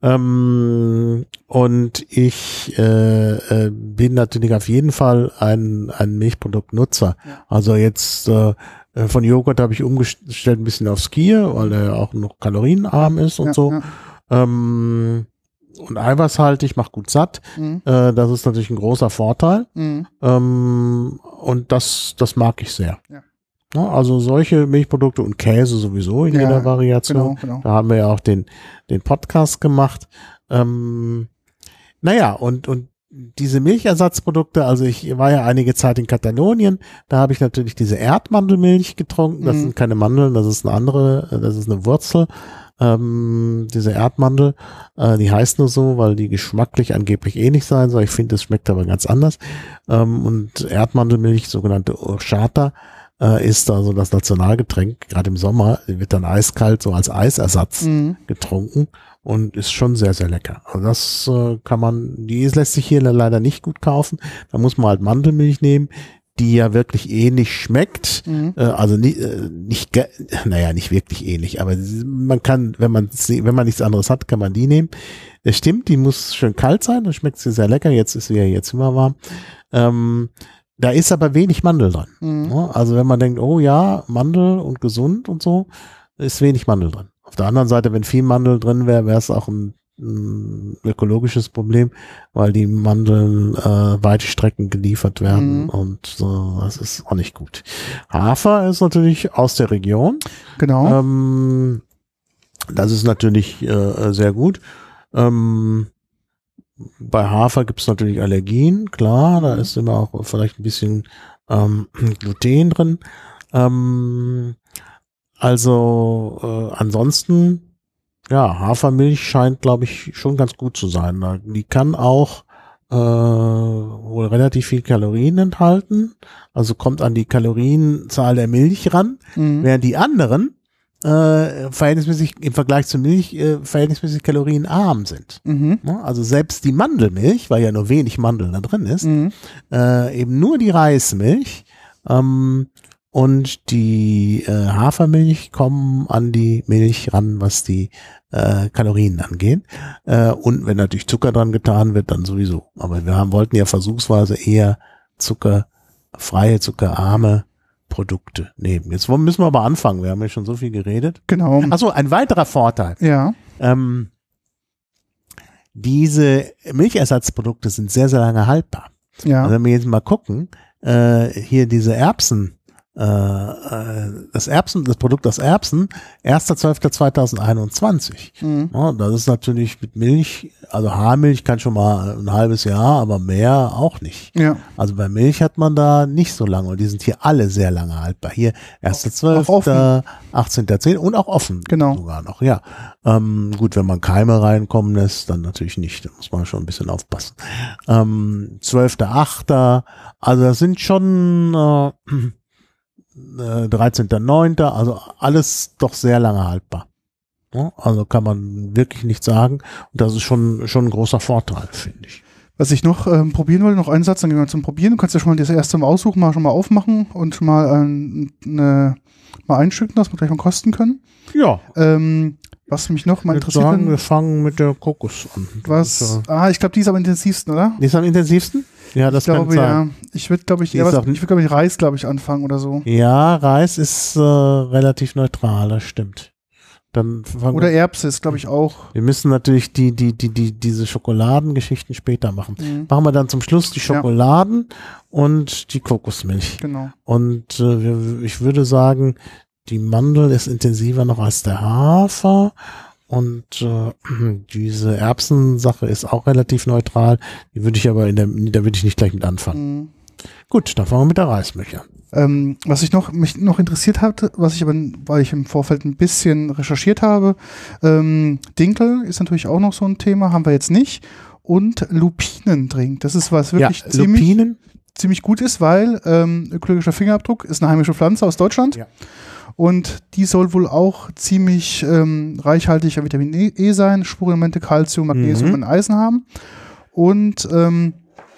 Ähm, und ich äh, äh, bin natürlich auf jeden Fall ein, ein Milchproduktnutzer. Ja. Also jetzt äh, äh, von Joghurt habe ich umgestellt ein bisschen auf Skyr, weil er auch noch kalorienarm ist und Ja, so. ja. Ähm, und eiweißhaltig, macht gut satt. Mhm. Äh, das ist natürlich ein großer Vorteil. Mhm. Ähm, und das, das mag ich sehr. Ja. Ja, also solche Milchprodukte und Käse sowieso in Ja, jeder Variation. Genau, genau. Da haben wir ja auch den, den Podcast gemacht. Ähm, naja, und, und diese Milchersatzprodukte, also ich war ja einige Zeit in Katalonien, da habe ich natürlich diese Erdmandelmilch getrunken, das mhm. sind keine Mandeln, das ist eine andere, das ist eine Wurzel, ähm, diese Erdmandel, äh, die heißt nur so, weil die geschmacklich angeblich ähnlich sein soll, ich finde, es schmeckt aber ganz anders, ähm, und Erdmandelmilch, sogenannte Horchata, äh, ist also das Nationalgetränk, gerade im Sommer, wird dann eiskalt so als Eisersatz mhm. getrunken. Und ist schon sehr, sehr lecker. Also das äh, kann man, die lässt sich hier leider nicht gut kaufen. Da muss man halt Mandelmilch nehmen, die ja wirklich ähnlich schmeckt. Mhm. Äh, also nicht, äh, nicht, naja, nicht wirklich ähnlich, aber man kann, wenn man wenn man nichts anderes hat, kann man die nehmen. Es stimmt, die muss schön kalt sein, dann schmeckt sie sehr lecker. Jetzt ist sie ja jetzt immer warm. Ähm, da ist aber wenig Mandel dran. Mhm. Also wenn man denkt, oh ja, Mandel und gesund und so, ist wenig Mandel dran. Auf der anderen Seite, wenn viel Mandel drin wäre, wäre es auch ein, ein ökologisches Problem, weil die Mandeln äh, weite Strecken geliefert werden mhm. und äh, das ist auch nicht gut. Hafer ist natürlich aus der Region. Genau. Ähm, das ist natürlich äh, sehr gut. Ähm, bei Hafer gibt es natürlich Allergien, klar, da ist immer auch vielleicht ein bisschen ähm, Gluten drin. Ähm, Also äh, ansonsten, ja, Hafermilch scheint, glaube ich, schon ganz gut zu sein. Die kann auch äh, wohl relativ viel Kalorien enthalten, also kommt an die Kalorienzahl der Milch ran, mhm. während die anderen äh, verhältnismäßig im Vergleich zur Milch äh, verhältnismäßig kalorienarm sind. Mhm. Ja, also selbst die Mandelmilch, weil ja nur wenig Mandel da drin ist, mhm. äh, eben nur die Reismilch, ähm, und die äh, Hafermilch kommen an die Milch ran, was die äh, Kalorien angeht. Äh, und wenn natürlich Zucker dran getan wird, dann sowieso. Aber wir haben, wollten ja versuchsweise eher zuckerfreie, zuckerarme Produkte nehmen. Jetzt müssen wir aber anfangen. Wir haben ja schon so viel geredet. Genau. Achso, ein weiterer Vorteil. Ja. Ähm, diese Milchersatzprodukte sind sehr, sehr lange haltbar. Ja. Also wenn wir jetzt mal gucken, äh, hier diese Erbsen, das Erbsen, das Produkt aus Erbsen, erster zwölfter zweitausendeinundzwanzig. Mhm. Ja, das ist natürlich mit Milch, also Haarmilch kann schon mal ein halbes Jahr, aber mehr auch nicht. Ja. Also bei Milch hat man da nicht so lange und die sind hier alle sehr lange haltbar. Hier erster zwölfter achtzehnter zehnter und auch offen. Genau. Sogar noch, ja. Ähm, gut, wenn man Keime reinkommen lässt, dann natürlich nicht. Da muss man schon ein bisschen aufpassen. Ähm, zwölfter achter also das sind schon äh, dreizehnter neunter also alles doch sehr lange haltbar. Ja, also kann man wirklich nicht sagen. Und das ist schon, schon ein großer Vorteil, finde ich. Was ich noch ähm, probieren wollte, noch einen Satz, dann gehen wir zum Probieren. Du kannst ja schon mal das erste mal aussuchen, mal schon mal aufmachen und schon mal, ähm, eine, mal einstücken, dass wir gleich mal kosten können. Ja. Ähm, was mich noch mal ich interessiert. Sagen, wir fangen mit der Kokos an. Was? Ja, ah, ich glaube, die ist am intensivsten, oder? Die ist am intensivsten? Ja, das ich glaube, kann sein. Ja. Ich würde, glaube ich, eher was, ich würde, glaube ich, Reis, glaube ich, anfangen oder so. Ja, Reis ist äh, relativ neutral, das stimmt. Dann oder Erbse ist, glaube ich, auch. Wir müssen natürlich die, die, die, die, diese Schokoladengeschichten später machen. Mhm. Machen wir dann zum Schluss die Schokoladen ja. und die Kokosmilch. Genau. Und äh, ich würde sagen, die Mandel ist intensiver noch als der Hafer. Und äh, diese Erbsensache ist auch relativ neutral. Die würde ich aber in der, da würde ich nicht gleich mit anfangen. Mhm. Gut, dann fangen wir mit der Reismilch an. Ähm, was ich noch, mich noch interessiert hatte, was ich aber, weil ich im Vorfeld ein bisschen recherchiert habe, ähm, Dinkel ist natürlich auch noch so ein Thema, haben wir jetzt nicht. Und Lupinendrink, das ist was wirklich ja, ziemlich, Lupinen? ziemlich gut ist, weil ähm, ökologischer Fingerabdruck ist eine heimische Pflanze aus Deutschland. Ja. Und die soll wohl auch ziemlich ähm, reichhaltig an Vitamin E sein, Spurenelemente, Calcium, Magnesium mhm. und Eisen haben. Und ähm,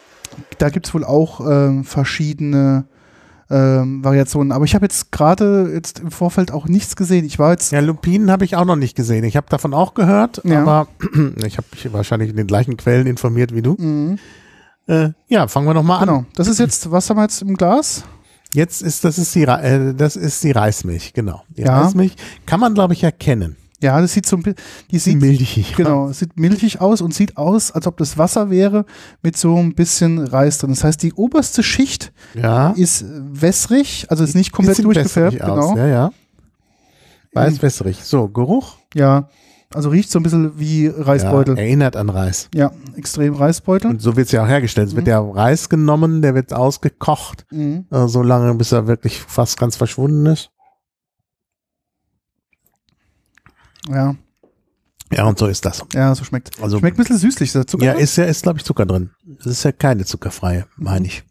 da gibt es wohl auch ähm, verschiedene ähm, Variationen. Aber ich habe jetzt gerade jetzt im Vorfeld auch nichts gesehen. Ich war jetzt. Ja, Lupinen habe ich auch noch nicht gesehen. Ich habe davon auch gehört, ja. aber ich habe mich wahrscheinlich in den gleichen Quellen informiert wie du. Mhm. Äh, ja, fangen wir noch mal genau. an. Das ist jetzt, was haben wir jetzt im Glas? Jetzt ist, das ist die, äh, das ist die Reismilch, genau. Die ja. Reismilch kann man, glaube ich, erkennen. Ja, das sieht so, die sieht milchig. Genau, sieht milchig aus und sieht aus, als ob das Wasser wäre mit so ein bisschen Reis drin. Das heißt, die oberste Schicht ja. ist wässrig, also ist nicht komplett durchgefärbt. Genau. Ja, ja. Weiß wässrig. So, Geruch? Ja, Also riecht so ein bisschen wie Reisbeutel. Ja, erinnert an Reis. Ja, extrem Reisbeutel. Und so wird es ja auch hergestellt. Es mhm. wird der Reis genommen, der wird ausgekocht, mhm. äh, so lange, bis er wirklich fast ganz verschwunden ist. Ja. Ja, und so ist das. Ja, so schmeckt. Also, schmeckt ein bisschen süßlich, ist da Zucker ja, drin? ist ja, ist, glaube ich, Zucker drin. Das ist ja keine zuckerfreie, meine ich.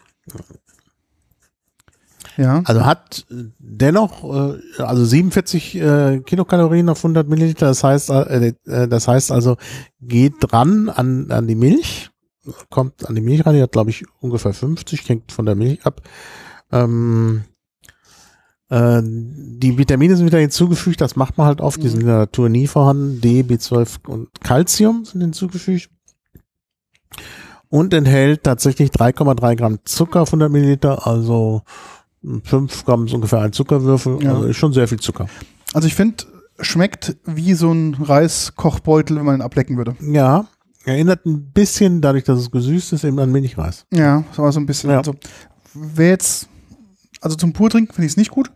Ja. Also hat dennoch, äh, also siebenundvierzig äh, Kilokalorien auf hundert Milliliter, das heißt, äh, das heißt also, geht dran an, an die Milch, kommt an die Milch rein, die hat, glaube ich, ungefähr fünfzig, hängt von der Milch ab. Ähm, äh, die Vitamine sind wieder hinzugefügt, das macht man halt oft, die sind in der Natur nie vorhanden, D, B zwölf und Calcium sind hinzugefügt. Und enthält tatsächlich drei Komma drei Gramm Zucker auf hundert Milliliter, also fünf Gramm ist ungefähr ein Zuckerwürfel, ja. Also ist schon sehr viel Zucker. Also ich finde, schmeckt wie so ein Reiskochbeutel, wenn man ihn ablecken würde. Ja, erinnert ein bisschen, dadurch, dass es gesüßt ist, eben an Milchreis. Ja, so war so ein bisschen. Ja. Also, wer jetzt, also zum Purtrinken finde ich es nicht gut.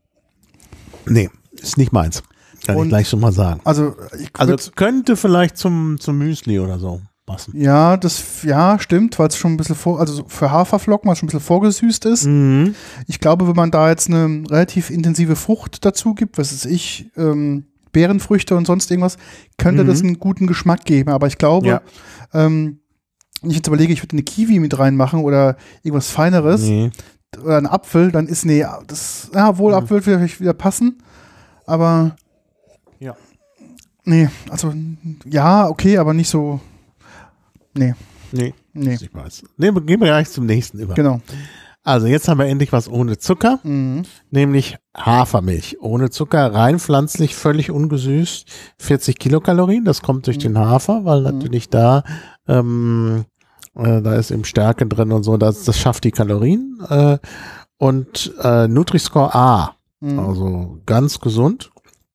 Nee, ist nicht meins. Kann Und ich gleich schon mal sagen. Also, ich Also könnte vielleicht zum, zum Müsli oder so passen. Ja, das, ja, stimmt, weil es schon ein bisschen vor, also für Haferflocken, weil es schon ein bisschen vorgesüßt ist. Mhm. Ich glaube, wenn man da jetzt eine relativ intensive Frucht dazu gibt, was weiß ich, ähm, Beerenfrüchte und sonst irgendwas, könnte mhm. das einen guten Geschmack geben. Aber ich glaube, ja. ähm, wenn ich jetzt überlege, ich würde eine Kiwi mit reinmachen oder irgendwas Feineres nee. oder einen Apfel, dann ist, nee, das, ja, wohl, mhm. Apfel wird vielleicht wieder passen, aber ja. nee, also, ja, okay, aber nicht so. Nee. Nee. Nee. Ich weiß. Nee, gehen wir gleich zum nächsten über. Genau. Also jetzt haben wir endlich was ohne Zucker, mhm. nämlich Hafermilch. Ohne Zucker, rein pflanzlich, völlig ungesüßt, vierzig Kilokalorien. Das kommt durch mhm. den Hafer, weil natürlich mhm. da, ähm, äh, da ist eben Stärke drin und so, das, das schafft die Kalorien. Äh, und äh, Nutri-Score A, mhm. also ganz gesund.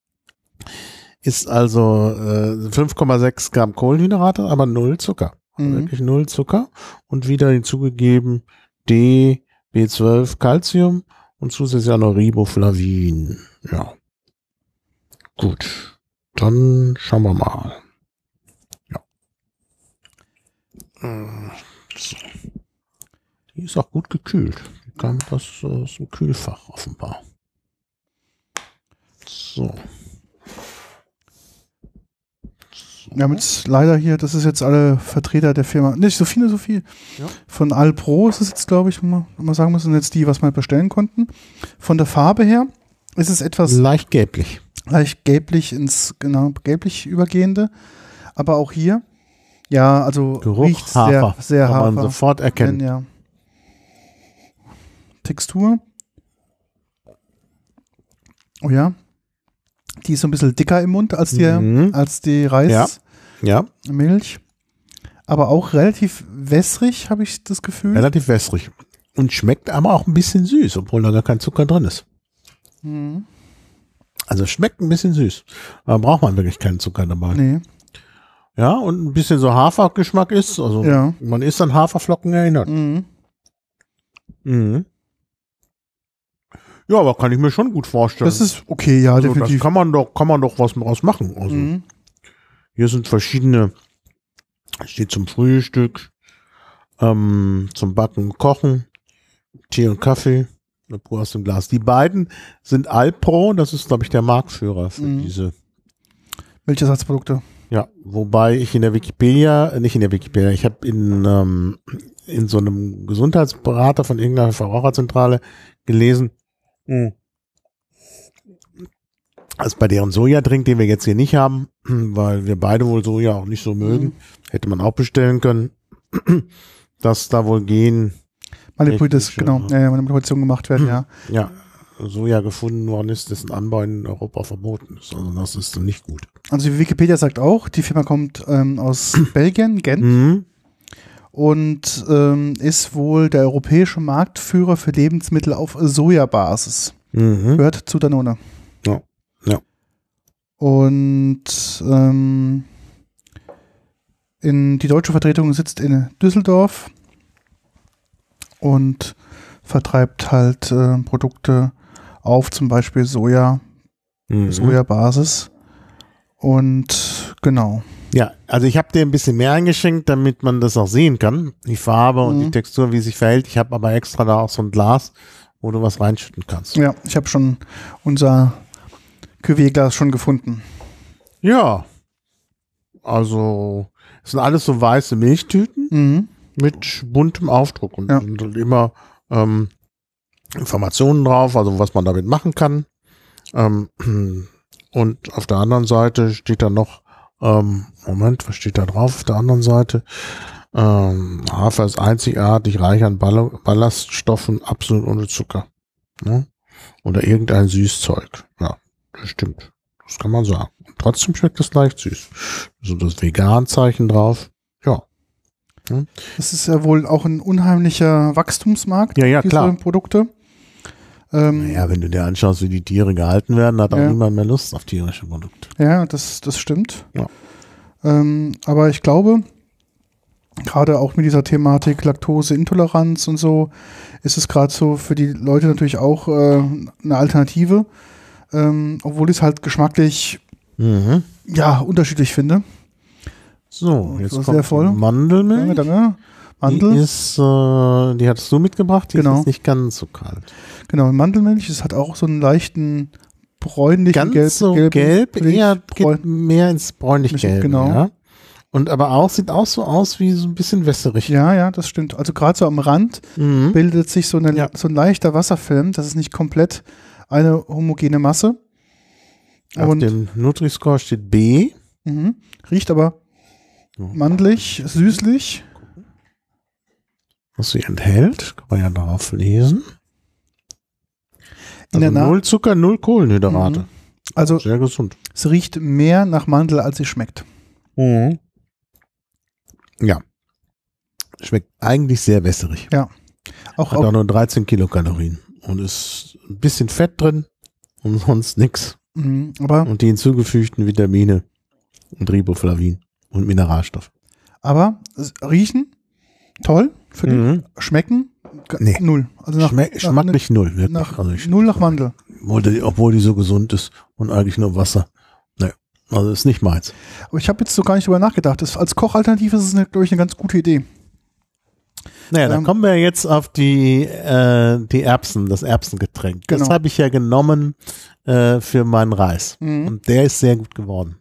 Ist also äh, fünf Komma sechs Gramm Kohlenhydrate, aber null Zucker. Mhm. Wirklich null Zucker. Und wieder hinzugegeben D, B zwölf, Calcium und zusätzlich auch noch Riboflavin. Ja. Gut. Dann schauen wir mal. Ja. So. Die ist auch gut gekühlt. Die kam das aus dem Kühlfach offenbar. So. Wir haben jetzt leider hier, das ist jetzt alle Vertreter der Firma, nicht so viele, so viel. Ja. Von Alpro ist es jetzt, glaube ich, wenn wir, wenn wir sagen müssen, jetzt die, was wir bestellen konnten. Von der Farbe her ist es etwas leicht gelblich. Leicht gelblich ins, genau, gelblich übergehende. Aber auch hier, ja, also Geruch, riecht Hafer. sehr, sehr Kann Hafer. man sofort erkennen. Ja. Textur. Oh ja. Die ist so ein bisschen dicker im Mund als die, mhm. als die Reismilch. Ja. Ja. Aber auch relativ wässrig, habe ich das Gefühl. Relativ wässrig. Und schmeckt aber auch ein bisschen süß, obwohl da gar kein Zucker drin ist. Mhm. Also schmeckt ein bisschen süß. Aber braucht man wirklich keinen Zucker dabei. Nee. Ja, und ein bisschen so Hafergeschmack ist. Also ja. man ist an Haferflocken erinnert. Mhm. Mhm. Ja, aber kann ich mir schon gut vorstellen. Das ist okay, ja, also definitiv. Das kann man doch, kann man doch was draus machen. Also mhm. hier sind verschiedene, steht zum Frühstück, ähm, zum Backen, Kochen, Tee und Kaffee, pur aus dem Glas. Die beiden sind Alpro, das ist, glaube ich, der Marktführer für mhm. diese Milchersatzprodukte. Ja, wobei ich in der Wikipedia, nicht in der Wikipedia, ich habe in, ähm, in so einem Gesundheitsberater von irgendeiner Verbraucherzentrale gelesen, also bei deren Sojadrink, den wir jetzt hier nicht haben, weil wir beide wohl Soja auch nicht so mögen, mhm. hätte man auch bestellen können, dass da wohl Gen Manipuliert, genau, ja, Manipulation gemacht werden, ja. Ja, Soja gefunden worden ist, dessen Anbau in Europa verboten ist. Also das ist dann nicht gut. Also die Wikipedia sagt auch, die Firma kommt ähm, aus Belgien, Gent. Mhm. Und ähm, ist wohl der europäische Marktführer für Lebensmittel auf Sojabasis. Mhm. Gehört zu Danone. Ja. Ja. Und ähm, in, die deutsche Vertretung sitzt in Düsseldorf und vertreibt halt äh, Produkte auf zum Beispiel Soja, mhm. Sojabasis. Und genau. Ja, also ich habe dir ein bisschen mehr eingeschenkt, damit man das auch sehen kann, die Farbe und Mhm. die Textur, wie sich verhält. Ich habe aber extra da auch so ein Glas, wo du was reinschütten kannst. Ja, ich habe schon unser Cuvée-Glas schon gefunden. Ja, also es sind alles so weiße Milchtüten Mhm. mit buntem Aufdruck und, Ja. und immer ähm, Informationen drauf, also was man damit machen kann. Ähm, und auf der anderen Seite steht da noch, ähm, Moment, was steht da drauf auf der anderen Seite? Ähm, Hafer ist einzigartig, reich an Ball Ballaststoffen, absolut ohne Zucker. Ne? Oder irgendein Süßzeug. Ja, das stimmt. Das kann man sagen. Und trotzdem schmeckt es leicht süß. So das Vegan-Zeichen drauf. Ja. Hm? Das ist ja wohl auch ein unheimlicher Wachstumsmarkt, Ja, ja, diese klar. Produkte. Ähm, Naja, wenn du dir anschaust, wie die Tiere gehalten werden, hat auch Ja. niemand mehr Lust auf tierische Produkte. Ja, das, das stimmt. Ja. Ähm, aber ich glaube, gerade auch mit dieser Thematik Laktoseintoleranz und so, ist es gerade so für die Leute natürlich auch äh, eine Alternative, ähm, obwohl ich es halt geschmacklich Mhm. ja unterschiedlich finde. So, jetzt Das ist kommt sehr voll. die Mandelmilch. Danke, danke. Mandel, Die ist, äh, die hattest du mitgebracht, die Genau. ist jetzt nicht ganz so kalt. genau, Mandelmilch, es hat auch so einen leichten bräunlichen Ganz gelb, so gelben gelb, Milch- eher bräun- geht mehr ins bräunlich-gelbe. Genau. Ja. Und aber auch, sieht auch so aus wie so ein bisschen wässerig. Ja, ja, das stimmt. Also gerade so am Rand Mhm. bildet sich so, eine, Ja. so ein leichter Wasserfilm. Das ist nicht komplett eine homogene Masse. Auf Und dem Nutri-Score steht B. mhm, riecht aber mandelig, süßlich. Was sie enthält, kann man ja darauf lesen. In Also der Na- null Zucker, null Kohlenhydrate. Mhm. Also Sehr gesund. es riecht mehr nach Mandel, als sie schmeckt. Mhm. Ja. Schmeckt eigentlich sehr wässerig. Auch, Hat auch auch nur dreizehn Kilokalorien. Und ist ein bisschen Fett drin und sonst nix. mhm, aber, Und die hinzugefügten Vitamine und Riboflavin und Mineralstoffe. aber es riechen toll, finde Mhm. ich. Schmecken g- Nee. null. Also nach, Schmeck, nach, schmacklich null. Wirklich. nach, also ich, null nach Mandel. obwohl, die, obwohl die so gesund ist und eigentlich nur Wasser. Nee, also ist nicht meins. Aber ich habe jetzt so gar nicht drüber nachgedacht. Das, als Kochalternative ist es, eine, glaube ich, eine ganz gute Idee. Naja, dann Ähm, kommen wir jetzt auf die, äh, die Erbsen, das Erbsengetränk. Das Genau. habe ich ja genommen äh, für meinen Reis. Mhm. Und der ist sehr gut geworden.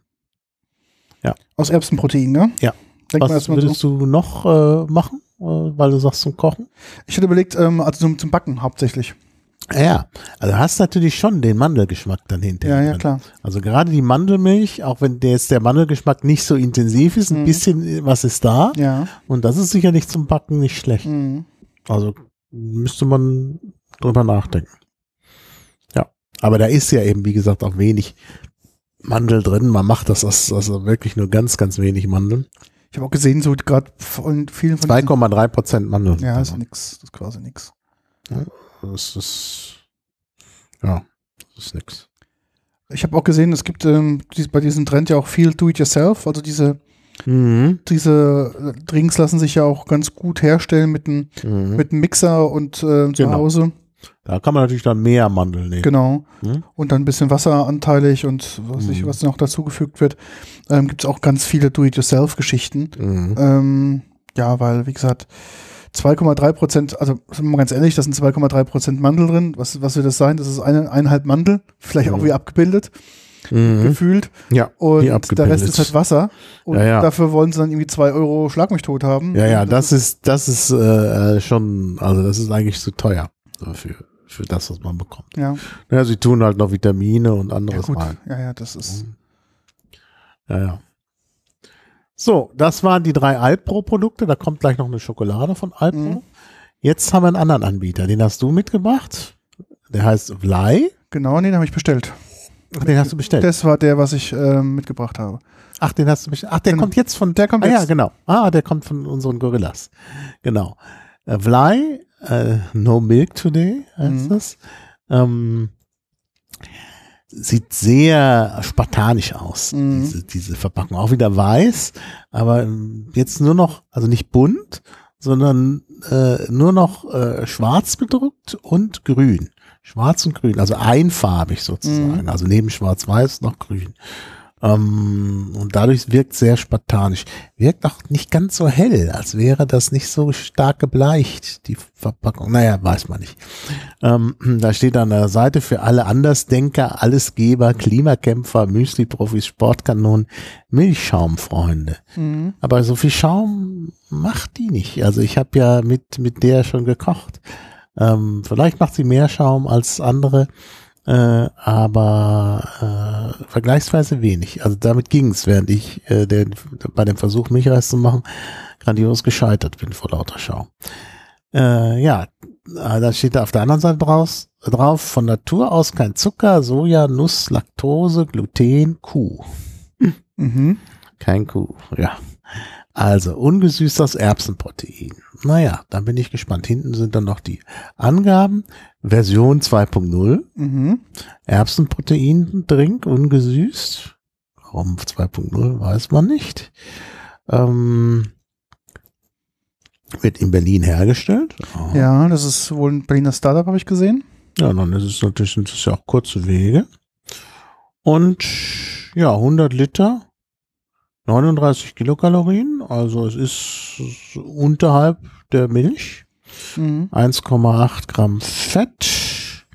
Aus Erbsenprotein, ne? Ja. Denk mal Was erstmal so. würdest du noch äh, machen, äh, weil du sagst zum Kochen? Ich hätte überlegt, ähm, also zum, zum Backen hauptsächlich. Ja, also hast natürlich schon den Mandelgeschmack dann hinterher. Ja, ja, drin. klar. Also gerade die Mandelmilch, auch wenn der jetzt der Mandelgeschmack nicht so intensiv ist, ein Mhm. bisschen äh, was ist da. Ja. Und das ist sicherlich zum Backen nicht schlecht. Mhm. Also müsste man drüber nachdenken. Ja, aber da ist ja eben, wie gesagt, auch wenig Mandel drin. Man macht das aus also wirklich nur ganz, ganz wenig Mandeln. Ich habe auch gesehen, so gerade von vielen von zwei diesen- Komma drei Prozent Mandeln. Ja, ist nix. Das ist quasi nix. Das ist, ja, das ist nix. Ich habe auch gesehen, es gibt ähm, dies- bei diesem Trend ja auch viel Do-it-yourself. Also diese, Mhm. diese äh, Drinks lassen sich ja auch ganz gut herstellen mit einem Mhm. mit einem Mixer und äh, zu Genau. Hause. Da kann man natürlich dann mehr Mandeln nehmen. Genau. Mhm. Und dann ein bisschen wasseranteilig und was, ich, Mhm. was noch dazugefügt wird. Ähm, gibt es auch ganz viele Do-it-yourself-Geschichten. Mhm. Ähm, ja, weil, wie gesagt, zwei Komma drei Prozent, also sind wir mal ganz ehrlich, da sind zwei Komma drei Prozent Mandel drin. Was, was wird das sein? Das ist eine, eineinhalb Mandel, vielleicht auch Mhm. wie abgebildet, Mhm. gefühlt. Ja, Und wie der abgebildet. Rest ist halt Wasser. Und Ja, ja. dafür wollen sie dann irgendwie zwei Euro Schlag mich tot haben. ja, ja, Und das ist, das ist äh, schon, also das ist eigentlich zu teuer für, für das, was man bekommt. Ja, Ja, sie tun halt noch Vitamine und ja anderes gut. rein. Ja, ja, das ist. Ja, ja. So, das waren die drei Alpro-Produkte. Da kommt gleich noch eine Schokolade von Alpro. Mhm. Jetzt haben wir einen anderen Anbieter. Den hast du mitgebracht. Der heißt Vlai. Genau, nee, den habe ich bestellt. Ach, den hast du bestellt. Das war der, was ich ähm, mitgebracht habe. Ach, den hast du bestellt. Ach, der Genau. kommt jetzt von. Der kommt ah, jetzt. ja, genau. Ah, der kommt von unseren Gorillas. Genau. Äh, Vlai, äh, No Milk Today heißt Mhm. das. Ähm, sieht sehr spartanisch aus, Mhm. diese, diese Verpackung. Auch wieder weiß, aber ähm, jetzt nur noch, also nicht bunt, sondern äh, nur noch äh, schwarz bedruckt und grün. Schwarz und grün, also einfarbig sozusagen. Mhm. Also neben schwarz-weiß noch grün. Ähm, und dadurch wirkt sehr spartanisch. Wirkt auch nicht ganz so hell, als wäre das nicht so stark gebleicht, die Verpackung. Naja, weiß man nicht. Ähm, da steht an der Seite für alle Andersdenker, Allesgeber, Klimakämpfer, Müsli-Profis, Sportkanonen, Milchschaumfreunde. Mhm. Aber so viel Schaum macht die nicht. Also ich habe ja mit, mit der schon gekocht. Ähm, vielleicht macht sie mehr Schaum als andere. Äh, aber äh, vergleichsweise wenig. Also damit ging es, während ich äh, der, bei dem Versuch, Milchreis zu machen, grandios gescheitert bin vor lauter Schaum. Äh, ja, da steht da auf der anderen Seite draus, drauf, von Natur aus kein Zucker, Soja, Nuss, Laktose, Gluten, Kuh. Mhm. Kein Kuh, ja. Also ungesüßt aus Erbsenprotein. Naja, dann bin ich gespannt. Hinten sind dann noch die Angaben. Version zwei Punkt null. Mhm. Erbsenprotein-Drink, ungesüßt. Warum zwei Punkt null, weiß man nicht. Ähm, wird in Berlin hergestellt. Aha. Ja, das ist wohl ein Berliner Startup, habe ich gesehen. Ja, dann ist es natürlich, das ist ja auch kurze Wege. Und ja, hundert Liter. neununddreißig Kilokalorien, also es ist unterhalb der Milch. Mhm. eins Komma acht Gramm Fett,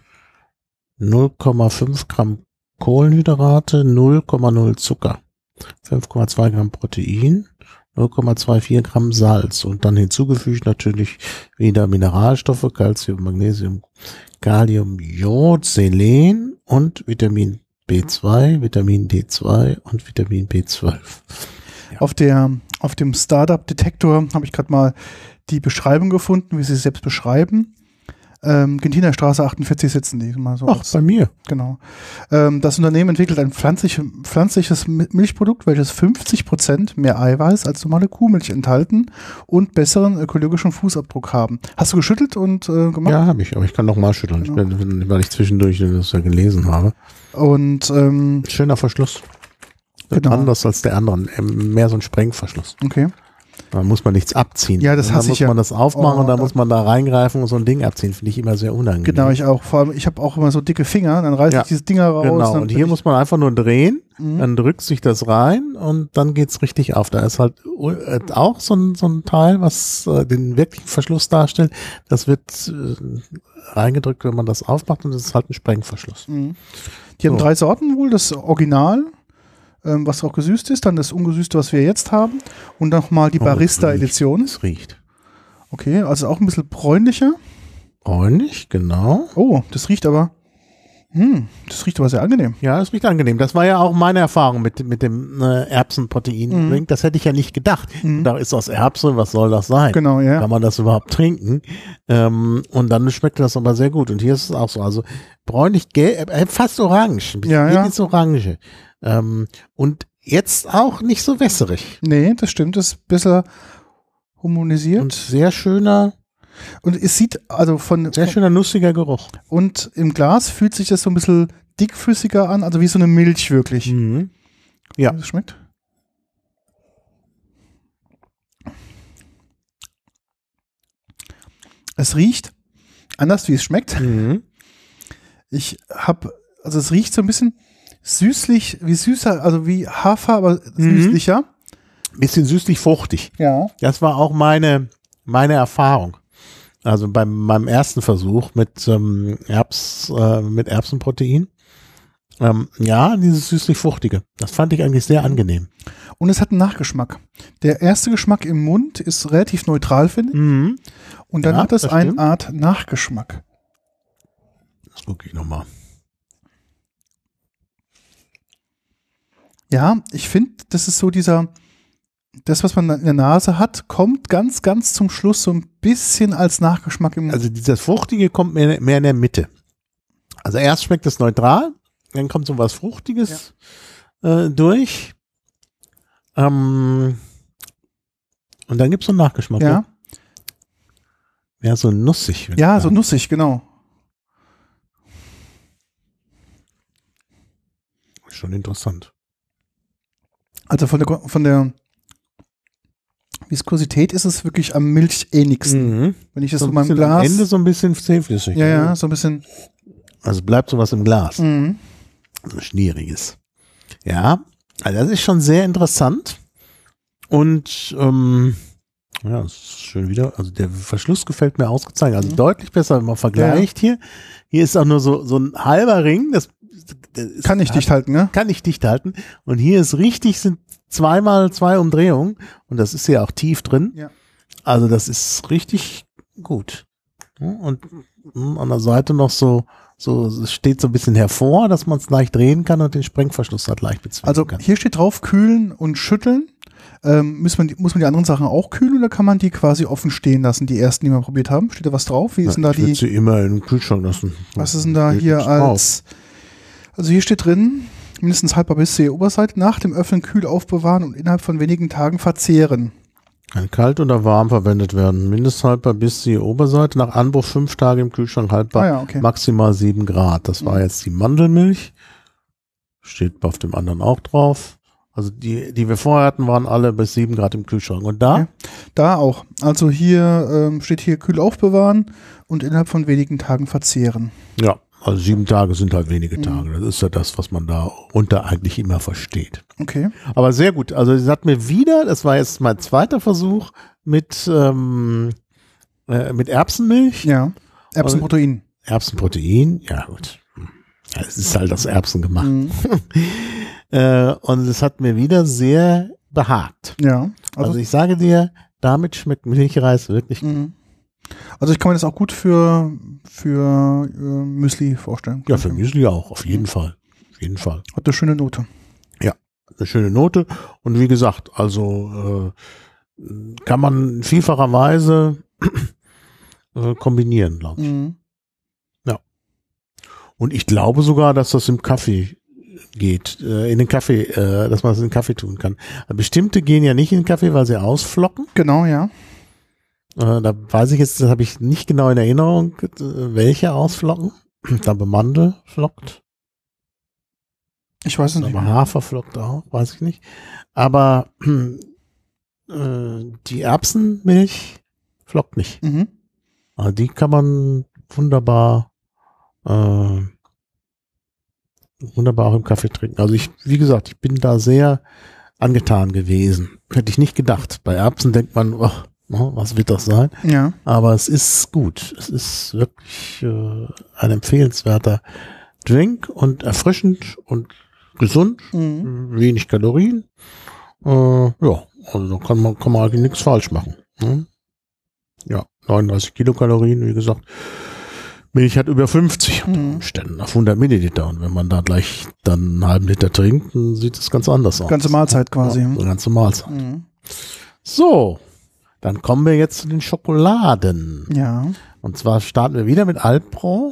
null Komma fünf Gramm Kohlenhydrate, null Komma null Zucker, fünf Komma zwei Gramm Protein, null Komma vierundzwanzig Gramm Salz und dann hinzugefügt natürlich wieder Mineralstoffe, Calcium, Magnesium, Kalium, Jod, Selen und Vitamin B zwei, Vitamin D zwei und Vitamin B zwölf. Ja. Auf der, auf dem Startup-Detektor habe ich gerade mal die Beschreibung gefunden, wie sie es selbst beschreiben. Ähm, Gentiner Straße achtundvierzig sitzen die. Mal so Ach, aus. Bei mir. Genau. Ähm, das Unternehmen entwickelt ein pflanzlich, pflanzliches Milchprodukt, welches fünfzig Prozent mehr Eiweiß als normale Kuhmilch enthalten und besseren ökologischen Fußabdruck haben. Hast du geschüttelt und äh, gemacht? Ja, habe ich, aber ich kann noch mal schütteln, genau. ich bin, weil ich zwischendurch das ja gelesen habe. Und ähm, schöner Verschluss. Genau. Anders als der anderen. Mehr so ein Sprengverschluss. Okay. Da muss man nichts abziehen. Ja, das hasse ich ja. Da muss man das aufmachen oh, und da muss man da reingreifen und so ein Ding abziehen. Finde ich immer sehr unangenehm. Genau, ich auch. Vor allem, ich habe auch immer so dicke Finger, dann reiße ja. ich dieses Dinger raus. Genau, und hier muss man einfach nur drehen, mhm. dann drückt sich das rein und dann geht's richtig auf. Da ist halt auch so ein, so ein Teil, was äh, den wirklichen Verschluss darstellt. Das wird äh, reingedrückt, wenn man das aufmacht und das ist halt ein Sprengverschluss. Mhm. Die so. haben drei Sorten wohl, das Original, ähm, was auch gesüßt ist, dann das ungesüßte, was wir jetzt haben und nochmal die Barista-Edition. Es riecht. Okay, also auch ein bisschen bräunlicher. Bräunlich, genau. Oh, das riecht aber, hm, das riecht aber sehr angenehm. Ja, es riecht angenehm. Das war ja auch meine Erfahrung mit, mit dem äh, Erbsenprotein-Drink. Mhm. Das hätte ich ja nicht gedacht. Mhm. Da ist aus Erbsen, was soll das sein? Genau, ja. Kann man das überhaupt trinken? Ähm, und dann schmeckt das aber sehr gut. Und hier ist es auch so, also bräunlich, gelb, äh, fast orange. Ein bisschen ja, ja. ins Orange. Ähm, und jetzt auch nicht so wässrig. Nee, das stimmt. Das ist ein bisschen homogenisiert. Und sehr schöner. Und es sieht also von. Sehr schöner, nussiger Geruch. Und im Glas fühlt sich das so ein bisschen dickflüssiger an, also wie so eine Milch wirklich. Mhm. Ja. Wie das schmeckt. Es riecht anders, wie es schmeckt. Mhm. Ich habe, also es riecht so ein bisschen süßlich, wie süßer, also wie Hafer, aber süßlicher. Mhm. Bisschen süßlich-fruchtig. Ja. Das war auch meine, meine Erfahrung. Also bei meinem ersten Versuch mit, ähm, Erbs, äh, mit Erbsenprotein. Ähm, ja, dieses süßlich-fruchtige. Das fand ich eigentlich sehr angenehm. Und es hat einen Nachgeschmack. Der erste Geschmack im Mund ist relativ neutral, finde ich. Mhm. Und dann ja, hat es eine Art Nachgeschmack. Das gucke ich nochmal. Ja, ich finde, das ist so dieser, das, was man in der Nase hat, kommt ganz, ganz zum Schluss so ein bisschen als Nachgeschmack im Mund. Also dieses Fruchtige kommt mehr, mehr in der Mitte. Also erst schmeckt es neutral, dann kommt so was Fruchtiges ja. äh, durch. Ähm, und dann gibt es so einen Nachgeschmack. Ja. Ne? Ja, so nussig. Ja, so nussig, genau. Schon interessant. Also von der, von der Viskosität ist es wirklich am milchähnigsten. Mhm. Wenn ich das so in meinem Glas. Am Ende so ein bisschen zähflüssig. Ja, ja, so ein bisschen. Also bleibt sowas im Glas. Mhm. So Schnieriges. Ja, Also das ist schon sehr interessant. Und ähm, ja, das ist schön wieder. Also der Verschluss gefällt mir ausgezeichnet. Also mhm. deutlich besser, wenn man vergleicht ja. hier. Hier ist auch nur so, so ein halber Ring. Das, das ist, kann nicht dicht halten, ne? Kann nicht dicht halten. Und hier ist richtig, sind zweimal zwei Umdrehungen. Und das ist ja auch tief drin. Ja. Also das ist richtig gut. Und an der Seite noch so, so es steht so ein bisschen hervor, dass man es leicht drehen kann und den Sprengverschluss halt leicht bezwingen also kann. Also hier steht drauf, kühlen und schütteln. Ähm, muss, man die, muss man die anderen Sachen auch kühlen oder kann man die quasi offen stehen lassen, die ersten, die wir probiert haben? Steht da was drauf? Wie ist denn da ich die? Ich würde sie immer in den Kühlschrank lassen. Was ist denn da hier als, also hier steht drin, mindestens haltbar bis zur Oberseite, nach dem Öffnen kühl aufbewahren und innerhalb von wenigen Tagen verzehren. Kann kalt oder warm verwendet werden. Mindesthaltbar bis die Oberseite, nach Anbruch fünf Tage im Kühlschrank haltbar, ah ja, okay. maximal sieben Grad. Das war mhm. jetzt die Mandelmilch. Steht auf dem anderen auch drauf. Also die, die wir vorher hatten, waren alle bis sieben Grad im Kühlschrank. Und da? Ja, da auch. Also hier ähm, steht hier kühl aufbewahren und innerhalb von wenigen Tagen verzehren. Ja, also sieben Tage sind halt wenige Tage. Das ist ja das, was man da unter eigentlich immer versteht. Okay. Aber sehr gut. Also sie hat mir wieder, das war jetzt mein zweiter Versuch mit, ähm, äh, mit Erbsenmilch. Ja, Erbsenprotein. Also, Erbsenprotein, ja gut. Ja, es ist halt aus Erbsen gemacht. Mhm. äh, und es hat mir wieder sehr behagt. Ja. Also, also ich sage dir, damit schmeckt Milchreis wirklich gut. Mhm. Also ich kann mir das auch gut für, für äh, Müsli vorstellen. Ja, für Müsli auch, auf jeden mhm. Fall. Auf jeden Fall. Hat eine schöne Note. Ja, eine schöne Note. Und wie gesagt, also äh, kann man in vielfacher Weise äh, kombinieren, glaube ich. Mhm. Ja. Und ich glaube sogar, dass das im Kaffee geht, äh, in den Kaffee, äh, dass man das in den Kaffee tun kann. Bestimmte gehen ja nicht in den Kaffee, weil sie ausflocken. Genau, ja. Äh, da weiß ich jetzt, das habe ich nicht genau in Erinnerung, äh, welche ausflocken. Ich glaube, Mandel flockt. Ich weiß es nicht. Aber Hafer flockt auch, weiß ich nicht. Aber äh, die Erbsenmilch flockt nicht. Mhm. Also die kann man wunderbar äh, wunderbar auch im Kaffee trinken. Also ich, wie gesagt, ich bin da sehr angetan gewesen. Hätte ich nicht gedacht. Bei Erbsen denkt man, oh, was wird das sein? Ja. Aber es ist gut. Es ist wirklich äh, ein empfehlenswerter Drink und erfrischend und gesund, mhm. wenig Kalorien. Äh, ja, also da kann man, kann man eigentlich nichts falsch machen. Ne? Ja, neununddreißig Kilokalorien, wie gesagt. Milch hat über fünfzig unter Umständen auf hundert Milliliter. Und wenn man da gleich dann einen halben Liter trinkt, dann sieht es ganz anders aus. Ganze Mahlzeit quasi. Ja, eine ganze Mahlzeit. Mhm. So, dann kommen wir jetzt zu den Schokoladen. Ja. Und zwar starten wir wieder mit Alpro.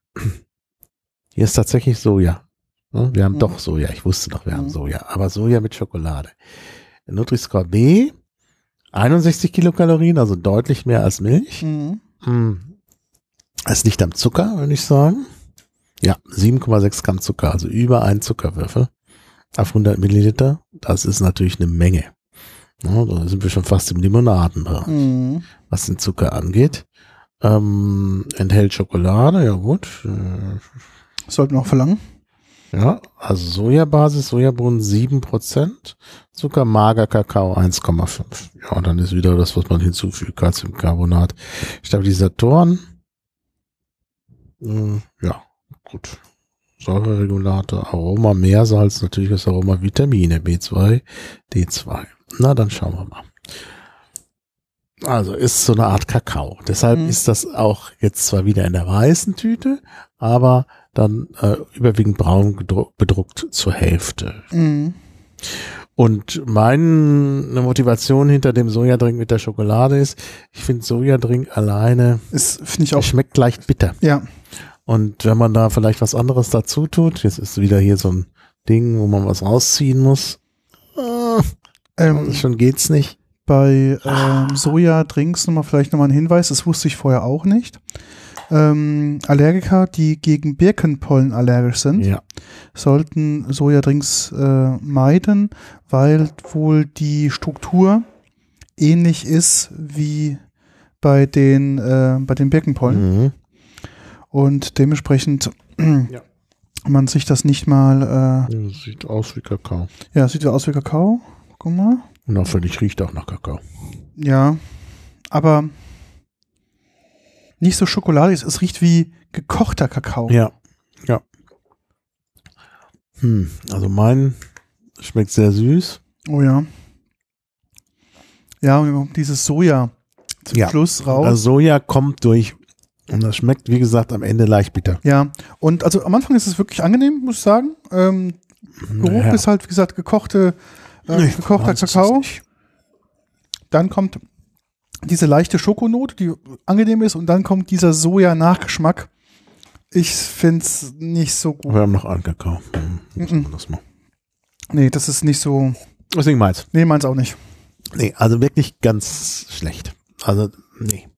Hier ist tatsächlich Soja. Wir haben mhm. doch Soja. Ich wusste doch, wir mhm. haben Soja. Aber Soja mit Schokolade. Nutri-Score B, einundsechzig Kilokalorien, also deutlich mehr als Milch. Mhm. Mhm. Es liegt am Zucker, würde ich sagen. Ja, sieben Komma sechs Gramm Zucker, also über ein Zuckerwürfel auf hundert Milliliter. Das ist natürlich eine Menge. Ja, da sind wir schon fast im Limonadenbereich, mhm. was den Zucker angeht. Ähm, enthält Schokolade, ja gut. Äh, Sollten wir auch verlangen. Ja, also Sojabasis, Sojabohnen sieben Prozent, Zucker, mager Kakao eins Komma fünf. Ja, und dann ist wieder das, was man hinzufügt, Calciumcarbonat, Stabilisatoren. Äh, ja, gut. Säureregulator, Aroma, Meersalz, natürlich das Aroma, Vitamine B zwei, D zwei. Na, dann schauen wir mal. Also ist so eine Art Kakao. Deshalb mhm. ist das auch jetzt zwar wieder in der weißen Tüte, aber dann äh, überwiegend braun bedruckt zur Hälfte. Mhm. Und meine Motivation hinter dem Sojadrink mit der Schokolade ist, ich finde Sojadrink alleine ist, finde ich auch, schmeckt leicht bitter. Ja. Und wenn man da vielleicht was anderes dazu tut, jetzt ist wieder hier so ein Ding, wo man was rausziehen muss, äh, ähm, schon geht's nicht. Bei ähm, Sojadrinks nochmal vielleicht nochmal ein Hinweis, das wusste ich vorher auch nicht. Ähm, Allergiker, die gegen Birkenpollen allergisch sind, ja. sollten Sojadrinks äh, meiden, weil wohl die Struktur ähnlich ist wie bei den, äh, bei den Birkenpollen. Mhm. Und dementsprechend ja. man sich das nicht mal... Äh, das sieht aus wie Kakao. Ja, sieht so aus wie Kakao. Guck mal. Und auffällig riecht auch nach Kakao. Ja, aber nicht so schokoladig. Es riecht wie gekochter Kakao. Ja, ja. Hm, also mein schmeckt sehr süß. Oh ja. Ja, und dieses Soja zum ja. Schluss raus. Das Soja kommt durch und das schmeckt, wie gesagt, am Ende leicht bitter. Ja, und also am Anfang ist es wirklich angenehm, muss ich sagen. Ähm, Geruch naja. ist halt, wie gesagt, gekochte, äh, Nee, gekochter Kakao. Dann kommt diese leichte Schokonote, die angenehm ist, und dann kommt dieser Soja-Nachgeschmack. Ich finde es nicht so gut. Wir haben noch einen Kakao. Hm, Mm-mm. das mal. Nee, das ist nicht so. Deswegen meins. Nee, meins auch nicht. Nee, also wirklich ganz schlecht. Also, nee.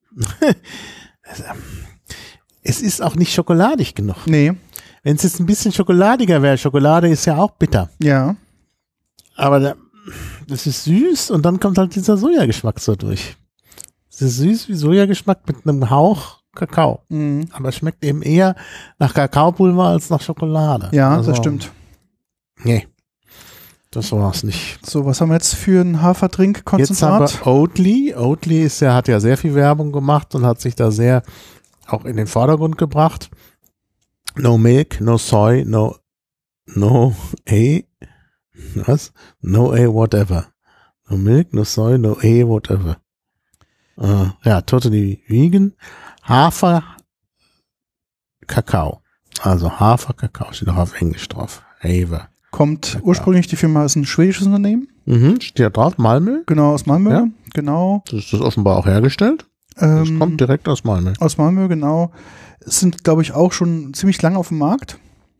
Es ist auch nicht schokoladig genug. Nee. Wenn es jetzt ein bisschen schokoladiger wäre, Schokolade ist ja auch bitter. Ja. Aber da, das ist süß und dann kommt halt dieser Sojageschmack so durch. Es ist süß wie Sojageschmack mit einem Hauch Kakao. Mhm. Aber es schmeckt eben eher nach Kakaopulver als nach Schokolade. Ja, also, das stimmt. Nee, das war's nicht. So, was haben wir jetzt für ein Jetzt Haferdrink-Konzentrat? haben wir Oatly. Oatly ist ja, hat ja sehr viel Werbung gemacht und hat sich da sehr auch in den Vordergrund gebracht. No milk, no soy, no, no A, was? No A whatever. No milk, no soy, no A whatever. Uh, ja, totally vegan. Hafer, Kakao. Also Hafer, Kakao, steht auch auf Englisch drauf. Haver. Kommt Kakao. ursprünglich, die Firma ist ein schwedisches Unternehmen. Mhm, steht da drauf, Malmö. Genau, aus Malmö. Ja. Genau. Das ist das offenbar auch hergestellt. Das Ähm, kommt direkt aus Malmö. aus Malmö, genau. Es sind, glaube ich, auch schon ziemlich lange auf dem Markt.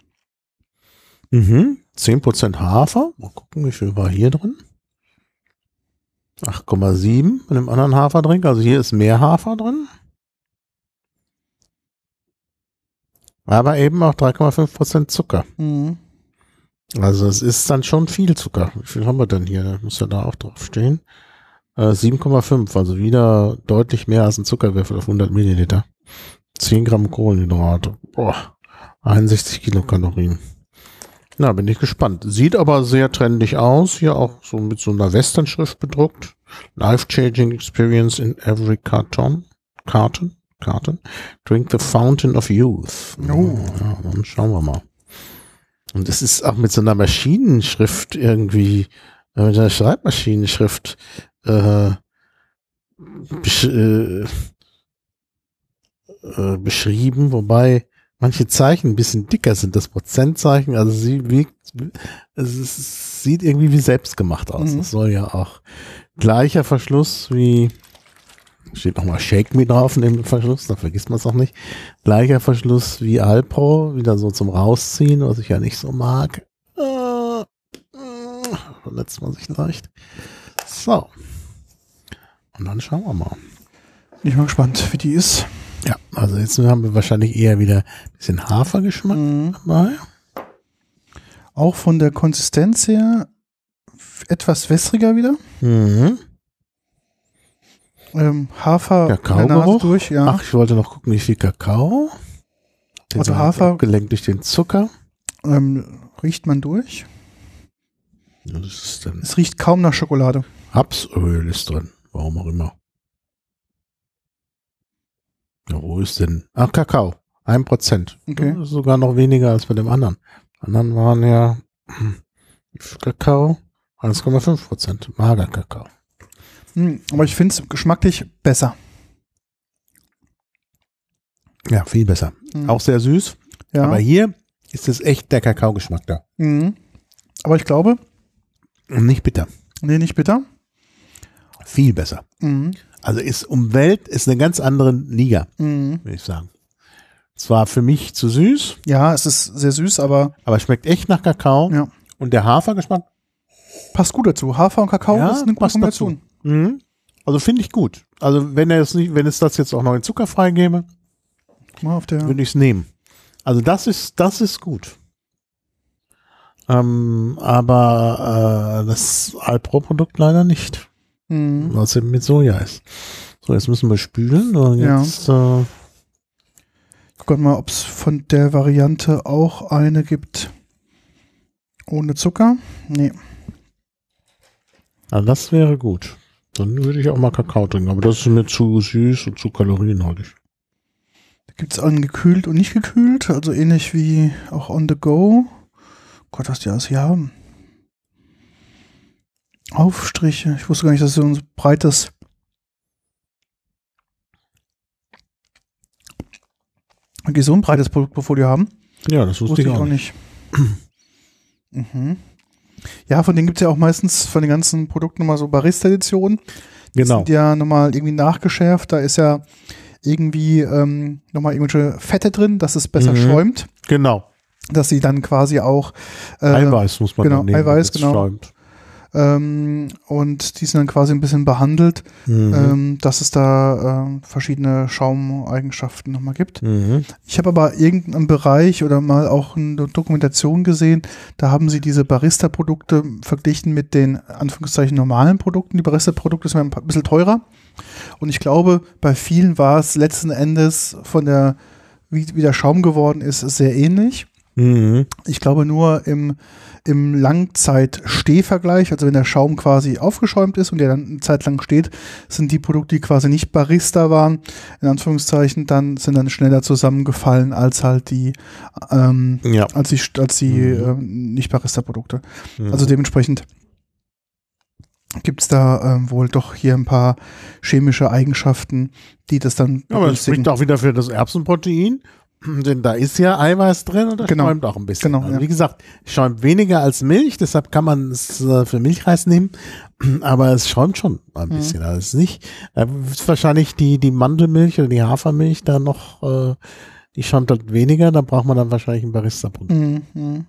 Mhm. zehn Prozent Hafer. Mal gucken, wie viel war hier drin. acht Komma sieben mit einem anderen Haferdrink. Also hier ist mehr Hafer drin. Aber eben auch drei Komma fünf Prozent Zucker. Mhm. Also es ist dann schon viel Zucker. Wie viel haben wir denn hier? Das muss ja da auch drauf stehen. Äh, sieben Komma fünf, also wieder deutlich mehr als ein Zuckerwürfel auf hundert Milliliter. zehn Gramm Kohlenhydrate. Boah, einundsechzig Kilokalorien. Na, bin ich gespannt. Sieht aber sehr trendig aus. Hier auch so mit so einer Western-Schrift bedruckt. Life-changing experience in every carton. Carton? Carton? Drink the fountain of youth. Oh. Ja, dann schauen wir mal. Und es ist auch mit so einer Maschinenschrift irgendwie, äh, mit einer Schreibmaschinenschrift äh, besch äh, äh, beschrieben, wobei manche Zeichen ein bisschen dicker sind, das Prozentzeichen, also sie wiegt, es, ist, es sieht irgendwie wie selbst gemacht aus. Mhm. Das soll ja auch gleicher Verschluss wie, steht nochmal Shake Me drauf in dem Verschluss, da vergisst man es auch nicht, gleicher Verschluss wie Alpro, wieder so zum Rausziehen, was ich ja nicht so mag. Äh, äh, verletzt man sich leicht. So. Und dann schauen wir mal. Bin ich mal gespannt, wie die ist. Ja, also jetzt haben wir wahrscheinlich eher wieder ein bisschen Hafergeschmack Mhm. dabei. Auch von der Konsistenz her etwas wässriger wieder. Mhm. Ähm, Hafer Kakaogeruch. durch, ja. Ach, ich wollte noch gucken, wie viel Kakao. Den Also haben wir Hafer- abgelenkt durch den Zucker. Ähm, riecht man durch. Ja, das ist dann Es riecht kaum nach Schokolade. Rapsöl ist drin. Warum auch immer. Ja, wo ist denn? Ach, Kakao. Ein Prozent. Okay. Das ist sogar noch weniger als bei dem anderen. Die anderen waren ja hm, Kakao. eins Komma fünf Prozent. Magerkakao. Hm, aber ich finde es geschmacklich besser. Ja, viel besser. Mhm. Auch sehr süß. Ja. Aber hier ist es echt der Kakaogeschmack da. Mhm. Aber ich glaube, Und nicht bitter. nee, nicht bitter. Viel besser. Mhm. Also ist Umwelt ist eine ganz andere Liga, Mhm. würde ich sagen. Zwar für mich zu süß, Ja, es ist sehr süß, aber aber es schmeckt echt nach Kakao. ja, Und der Hafergeschmack, passt gut dazu. Hafer und Kakao Ja, ist eine gute passt Kombination. mhm. also finde ich gut. Also wenn er es nicht, wenn es das jetzt auch noch in Zucker freigäbe, Mal auf der. würde ich es nehmen. Also das ist, das ist gut. Ähm, aber äh, das Alpro-Produkt leider nicht. Mhm. Was eben mit Soja ist. So, jetzt müssen wir spülen. Und Ja. jetzt, äh, Guck gerade mal, ob es von der Variante auch eine gibt. Ohne Zucker? Nee. Ah, das wäre gut. Dann würde ich auch mal Kakao trinken, aber das ist mir zu süß und zu kalorienhaltig. Da gibt es einen gekühlt und nicht gekühlt, also ähnlich wie auch on the go. Gott, was die alles hier haben. Aufstriche. Ich wusste gar nicht, dass sie so ein breites okay, so ein breites Produktportfolio haben. Ja, das wusste, wusste ich auch nicht. mhm. Ja, von denen gibt es ja auch meistens von den ganzen Produkten nochmal so Barista-Editionen. Genau. Die sind ja nochmal irgendwie nachgeschärft. Da ist ja irgendwie ähm, nochmal irgendwelche Fette drin, dass es besser mhm. schäumt. Genau. Dass sie dann quasi auch äh, Eiweiß muss man genau, dann nehmen, Eiweiß, genau. schäumt. Ähm, und die sind dann quasi ein bisschen behandelt, mhm. ähm, dass es da äh, verschiedene Schaumeigenschaften nochmal gibt. Mhm. Ich habe aber irgendeinen Bereich oder mal auch eine Dokumentation gesehen, da haben sie diese Barista-Produkte verglichen mit den Anführungszeichen normalen Produkten. Die Barista-Produkte sind ein bisschen teurer und ich glaube, bei vielen war es letzten Endes von der, wie, wie der Schaum geworden ist, sehr ähnlich. Mhm. Ich glaube nur im Im Langzeit-Stehvergleich, also wenn der Schaum quasi aufgeschäumt ist und der dann eine Zeit lang steht, sind die Produkte, die quasi nicht Barista waren, in Anführungszeichen, dann sind dann schneller zusammengefallen als halt die, ähm, ja. als die, als die mhm. ähm, nicht Barista-Produkte. Mhm. Also dementsprechend gibt es da ähm, wohl doch hier ein paar chemische Eigenschaften, die das dann ja, aber das spricht auch wieder für das Erbsenprotein. Denn da ist ja Eiweiß drin und das genau. schäumt auch ein bisschen. Genau, also ja. Wie gesagt, schäumt weniger als Milch, deshalb kann man es äh, für Milchreis nehmen, aber es schäumt schon ein bisschen. Mhm. Also es ist nicht, da ist wahrscheinlich die, die Mandelmilch oder die Hafermilch da noch, äh, die schäumt halt weniger, da braucht man dann wahrscheinlich ein Barista-Produkt. Mhm.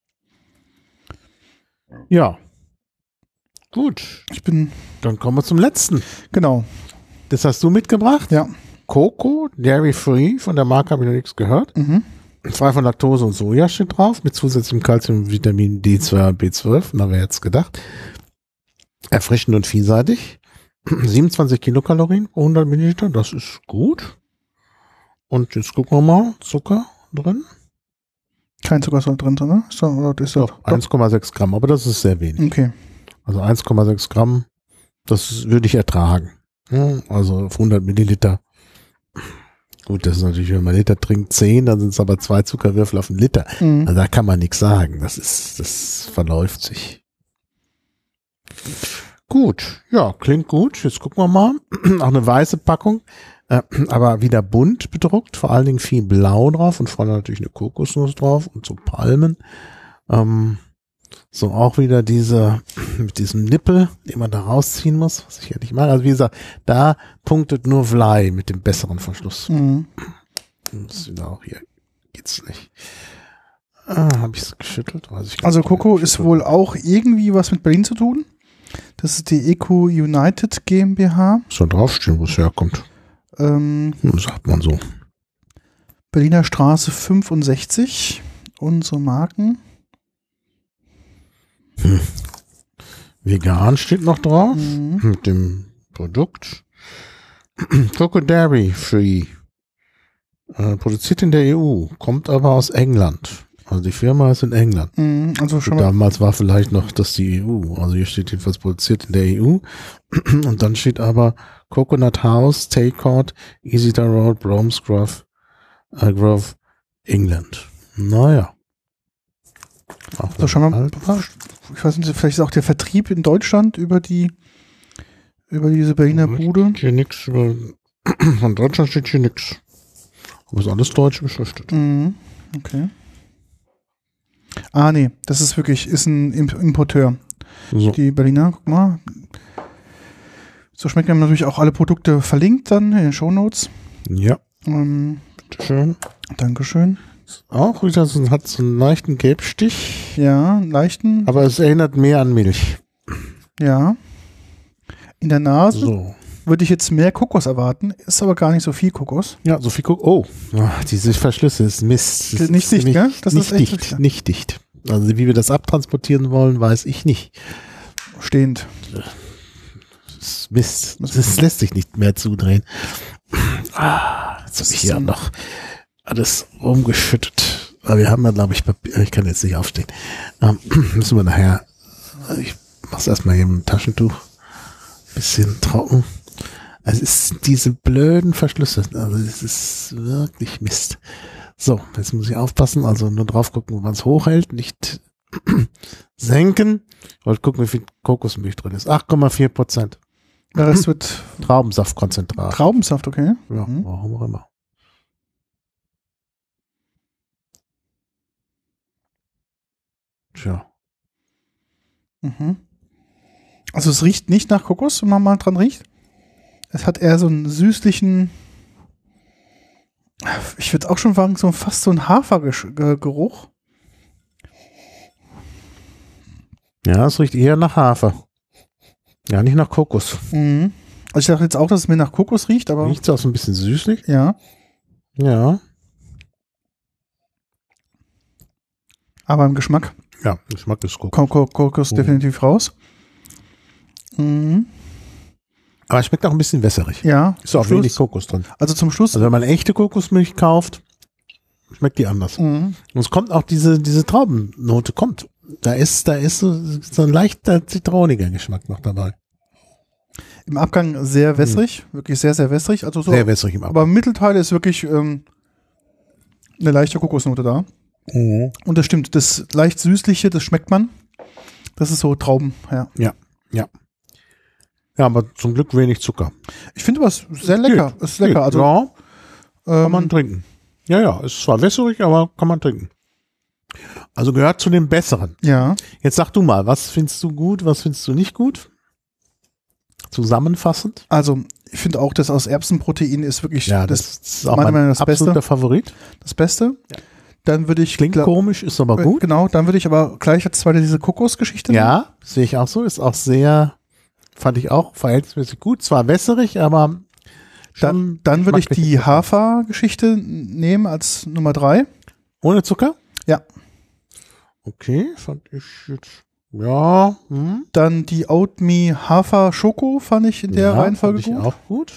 Ja. Gut. Ich bin. Dann kommen wir zum letzten. Genau. Das hast du mitgebracht? Ja. Coco, Dairy Free, von der Marke habe ich noch nichts gehört. Mhm. Frei von Laktose und Soja steht drauf, mit zusätzlichem Kalzium und Vitamin D zwei und B zwölf, na wer jetzt gedacht. Erfrischend und vielseitig. siebenundzwanzig Kilokalorien pro hundert Milliliter, das ist gut. Und jetzt gucken wir mal, Zucker drin. Kein Zucker soll drin sein, ne? Ist da, oder ist doch, eins Komma sechs Gramm, aber das ist sehr wenig. Okay. Also eins Komma sechs Gramm, das würde ich ertragen. Ja, also auf hundert Milliliter. Gut, das ist natürlich, wenn man Liter trinkt, zehn, dann sind es aber zwei Zuckerwürfel auf einen Liter. Mhm. Also da kann man nichts sagen. Das ist, das verläuft sich. Gut, ja, klingt gut. Jetzt gucken wir mal. Auch eine weiße Packung, äh, aber wieder bunt bedruckt. Vor allen Dingen viel Blau drauf und vorne natürlich eine Kokosnuss drauf und so Palmen. Ähm, so auch wieder diese, mit diesem Nippel, den man da rausziehen muss, was ich ja nicht mag. Also wie gesagt, da punktet nur Vlai mit dem besseren Verschluss. Mhm. Das ist wieder auch hier, geht's nicht. Ah, habe ich es geschüttelt? Weiß ich also Coco ist wohl auch irgendwie was mit Berlin zu tun. Das ist die Eco United GmbH. Soll draufstehen, wo es herkommt. Ähm, das sagt man so. Berliner Straße fünfundsechzig. Unsere Marken. Hm. Vegan steht noch drauf, mhm. mit dem Produkt. Coco Dairy Free. Äh, produziert in der E U, kommt aber aus England. Also die Firma ist in England. Mhm, also schon damals war vielleicht noch das die E U. Also hier steht jedenfalls produziert in der E U. Und dann steht aber Coconut House, Takeout, Exeter Road, Bromsgrove, äh, Grove, England. Naja. Auch so schon mal, ich weiß nicht, vielleicht ist auch der Vertrieb in Deutschland über die über diese Berliner Bude. Hier nichts über von Deutschland steht hier nichts. Aber ist alles deutsch beschriftet. Mhm. Okay. Ah, nee, das ist wirklich, ist ein Importeur. So. Die Berliner, guck mal. So schmecken dann natürlich auch alle Produkte verlinkt dann in den Shownotes. Ja. Ähm, Bitteschön. Dankeschön. Auch wieder so, hat so einen leichten Gelbstich. Ja, einen leichten. Aber es erinnert mehr an Milch. Ja. In der Nase so. Würde ich jetzt mehr Kokos erwarten, ist aber gar nicht so viel Kokos. Ja, so viel Kokos. Oh, oh, diese Verschlüsse ist Mist. Das nicht dicht, gell? Das nicht ist echt dicht, richtig. Nicht dicht. Also wie wir das abtransportieren wollen, weiß ich nicht. Stehend. Das ist Mist. Das lässt sich nicht mehr zudrehen. Ah, jetzt habe ich hier noch alles rumgeschüttet. Aber wir haben ja, glaube ich, Papier. Ich kann jetzt nicht aufstehen. Ähm, müssen wir nachher. Ich mach's erstmal hier mit dem Taschentuch. Bisschen trocken. Es ist diese blöden Verschlüsse. Also es ist wirklich Mist. So, jetzt muss ich aufpassen. Also nur drauf gucken, wo man es hochhält. Nicht senken. Ich wollte gucken, wie viel Kokosmilch drin ist. acht Komma vier Prozent. Der Rest wird Traubensaftkonzentrat. Traubensaft, okay. Ja, Mhm. warum auch immer. Tja. Mhm. Also es riecht nicht nach Kokos, wenn man mal dran riecht. Es hat eher so einen süßlichen, ich würde auch schon sagen, so fast so einen Hafergeruch. Ja, es riecht eher nach Hafer. Ja, nicht nach Kokos. Mhm. Also ich dachte jetzt auch, dass es mir nach Kokos riecht, aber Riecht es auch so ein bisschen süßlich? ja. Ja. Aber im Geschmack Ja, Geschmack ist Kokos. kommt Ko- Kokos Mhm. definitiv raus. Mhm. Aber es schmeckt auch ein bisschen wässerig. Ja. Ist auch Schluss- wenig Kokos drin. Also zum Schluss. Also wenn man echte Kokosmilch kauft, schmeckt die anders. Mhm. Und es kommt auch diese, diese Traubennote kommt. Da ist, da ist so, so ein leichter zitroniger Geschmack noch dabei. Im Abgang sehr wässrig, wirklich sehr, sehr wässrig. Also so, Sehr wässrig im aber im Mittelteil ist wirklich ähm, eine leichte Kokosnote da. Mhm. Und das stimmt, das leicht süßliche, das schmeckt man. Das ist so Trauben, ja. Ja, ja. Ja, aber zum Glück wenig Zucker. Ich finde was sehr lecker. Geht, Ist lecker. geht. Also Ja, kann ähm, man trinken. Ja, ja, ist zwar wässrig, aber kann man trinken. Also gehört zu den Besseren. ja. Jetzt sag du mal, was findest du gut, was findest du nicht gut? Zusammenfassend? Also ich finde auch, das aus Erbsenprotein ist wirklich Ja, das, das, ist auch meiner mein Meinung nach das absoluter Beste. Favorit. das Beste. Ja. Dann würde ich Klingt gla- komisch, ist aber äh, gut. Genau, dann würde ich aber gleich als zweite diese Kokosgeschichte nehmen. Ja, sehe ich auch so. Ist auch sehr, fand ich auch verhältnismäßig gut. Zwar wässerig, aber Dann, schon dann würde ich geschmacklich die interessant. Hafergeschichte nehmen als Nummer drei. Ohne Zucker? Ja. Okay, fand ich jetzt, ja, hm. Dann die Oatme Hafer Schoko fand ich in der ja, Reihenfolge fand ich gut. auch gut.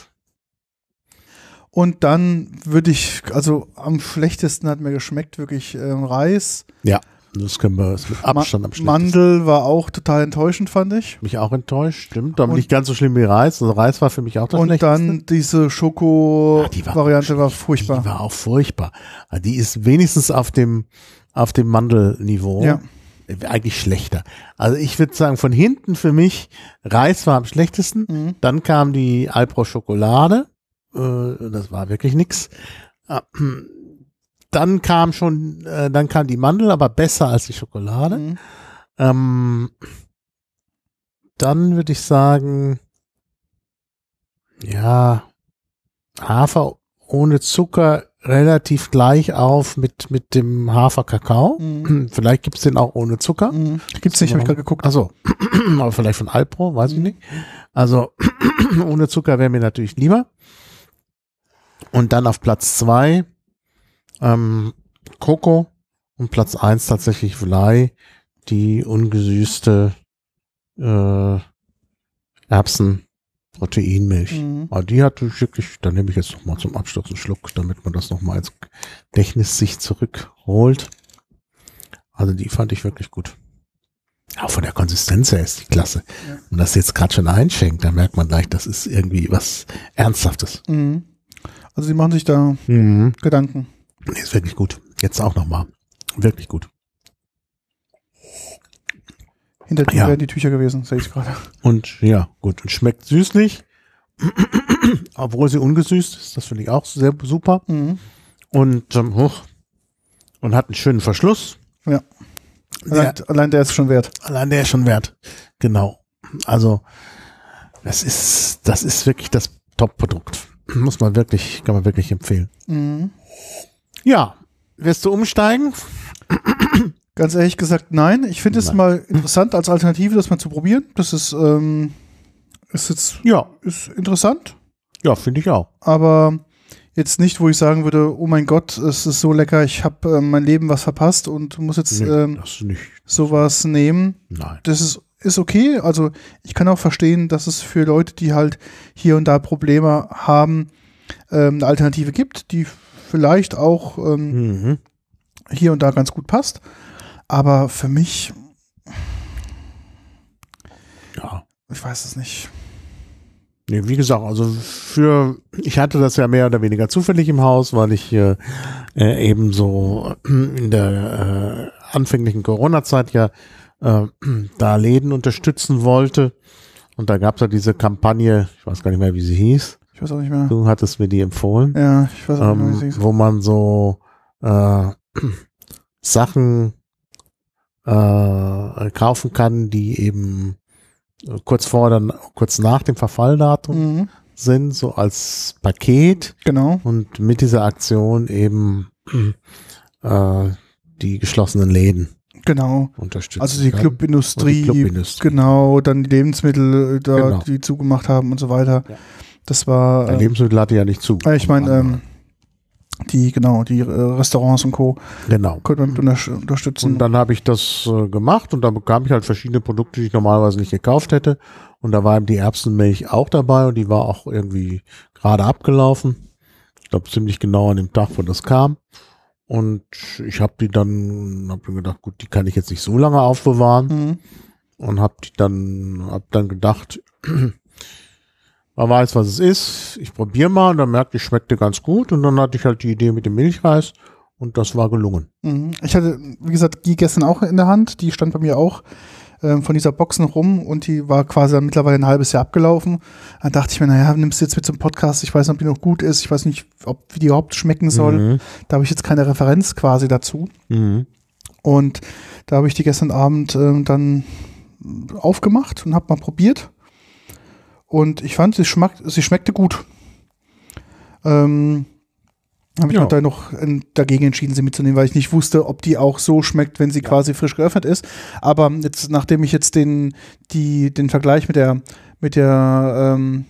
Und dann würde ich, also am schlechtesten hat mir geschmeckt wirklich äh, Reis. Ja, das können wir das mit Abstand am Ma- schlechtesten. Mandel war auch total enttäuschend, fand ich. Mich auch enttäuscht, stimmt. Aber Und- nicht ganz so schlimm wie Reis. Also Reis war für mich auch das Und Schlechteste. dann diese Ja, Schoko-Variante war, schlecht. furchtbar. Die war auch furchtbar. Also die ist wenigstens auf dem, auf dem Mandelniveau. Ja. Äh, Eigentlich schlechter. Also ich würde sagen, von hinten für mich, Reis war am schlechtesten. Mhm. Dann kam die Alpro Schokolade. Äh, das war wirklich nix. Ah, Dann kam schon, äh, dann kam die Mandel, aber besser als die Schokolade. Mhm. Ähm, dann würde ich sagen, ja, Hafer ohne Zucker relativ gleich auf mit, mit dem Hafer-Kakao. Mhm. Vielleicht gibt's den auch ohne Zucker. Mhm. Gibt's nicht, habe ich gerade geguckt. Also, aber vielleicht von Alpro, weiß ich nicht. Also, ohne Zucker wäre mir natürlich lieber. Und dann auf Platz zwei ähm, Coco und Platz eins tatsächlich Vlai, die ungesüßte äh, Erbsenproteinmilch. Mhm. Aber die hat wirklich, da nehme ich jetzt noch mal zum Abschluss einen Schluck, damit man das noch mal ins Gedächtnis sich zurückholt. Also die fand ich wirklich gut. Auch von der Konsistenz her ist die klasse. Ja. Und das jetzt gerade schon einschenkt, da merkt man gleich, das ist irgendwie was Ernsthaftes. Mhm. Also sie machen sich da Mhm. Gedanken. Nee, ist wirklich gut. Jetzt auch noch mal. Wirklich gut. Hinter dir Ja. wären die Tücher gewesen, sehe ich gerade. Und ja, gut. Und schmeckt süßlich. Obwohl sie ungesüßt ist. Das finde ich auch sehr super. Mhm. Und, ähm, hoch. Und hat einen schönen Verschluss. Ja. Der, Allein, allein der ist schon wert. allein der ist schon wert. Genau. Also, das ist, das ist wirklich das Top-Produkt. Muss man wirklich, kann man wirklich empfehlen. Mhm. Ja. Wirst du umsteigen? Ganz ehrlich gesagt, nein. Ich finde es Nein. mal interessant als Alternative, das mal zu probieren. Das ist, ähm, ist jetzt Ja. ist interessant, Ja, finde ich auch. aber jetzt nicht, wo ich sagen würde, oh mein Gott, es ist so lecker, ich habe äh, mein Leben was verpasst und muss jetzt Nee, ähm, das nicht. sowas nehmen. Nein. Das ist, ist okay. Also ich kann auch verstehen, dass es für Leute, die halt hier und da Probleme haben, ähm, eine Alternative gibt. Die vielleicht auch ähm, Mhm. hier und da ganz gut passt. Aber für mich, Ja. ich weiß es nicht. Nee, wie gesagt, also für, ich hatte das ja mehr oder weniger zufällig im Haus, weil ich äh, äh, eben so in der äh, anfänglichen Corona-Zeit ja äh, da Läden unterstützen wollte. Und da gab es ja diese Kampagne, ich weiß gar nicht mehr, wie sie hieß. Ich weiß auch nicht mehr. Du hattest mir die empfohlen. Ja, ich weiß auch nicht mehr, Ähm, wie es hieß. wo man so äh, Sachen äh, kaufen kann, die eben äh, kurz vor, dann kurz nach dem Verfalldatum Mhm. sind, so als Paket Genau. und mit dieser Aktion eben äh, die geschlossenen Läden Genau. unterstützen. Also die kann. Clubindustrie, Und die Clubindustrie. genau, dann die Lebensmittel, äh, da, Genau. die zugemacht haben und so weiter. Ja. Das war, Der äh, Lebensmittel hatte ja nicht zu. äh, ich meine, ähm, die, genau, die äh, Restaurants und Co. genau. könnte man unter unterstützen. Und dann habe ich das äh, gemacht und da bekam ich halt verschiedene Produkte, die ich normalerweise nicht gekauft hätte. Und da war eben die Erbsenmilch auch dabei und die war auch irgendwie gerade abgelaufen. Ich glaube ziemlich genau an dem Tag, wo das kam. Und ich habe die dann, habe mir gedacht, gut, die kann ich jetzt nicht so lange aufbewahren. Mhm. Und habe die dann, hab dann gedacht, man weiß, was es ist. Ich probiere mal und dann merkte ich, schmeckte ganz gut. Und dann hatte ich halt die Idee mit dem Milchreis und das war gelungen. Mhm. Ich hatte, wie gesagt, die gestern auch in der Hand. Die stand bei mir auch ähm, von dieser Box noch rum und die war quasi dann mittlerweile ein halbes Jahr abgelaufen. Da dachte ich mir, naja, nimmst du jetzt mit zum Podcast. Ich weiß nicht, ob die noch gut ist. Ich weiß nicht, ob wie die überhaupt schmecken soll. Mhm. Da habe ich jetzt keine Referenz quasi dazu. Mhm. Und da habe ich die gestern Abend ähm, dann aufgemacht und habe mal probiert. Und ich fand, sie, schmack, sie schmeckte gut. Ähm, habe ich Ja. mich da noch in, dagegen entschieden, sie mitzunehmen, weil ich nicht wusste, ob die auch so schmeckt, wenn sie Ja. quasi frisch geöffnet ist. Aber jetzt, nachdem ich jetzt den, die, den Vergleich mit der, mit der, ähm,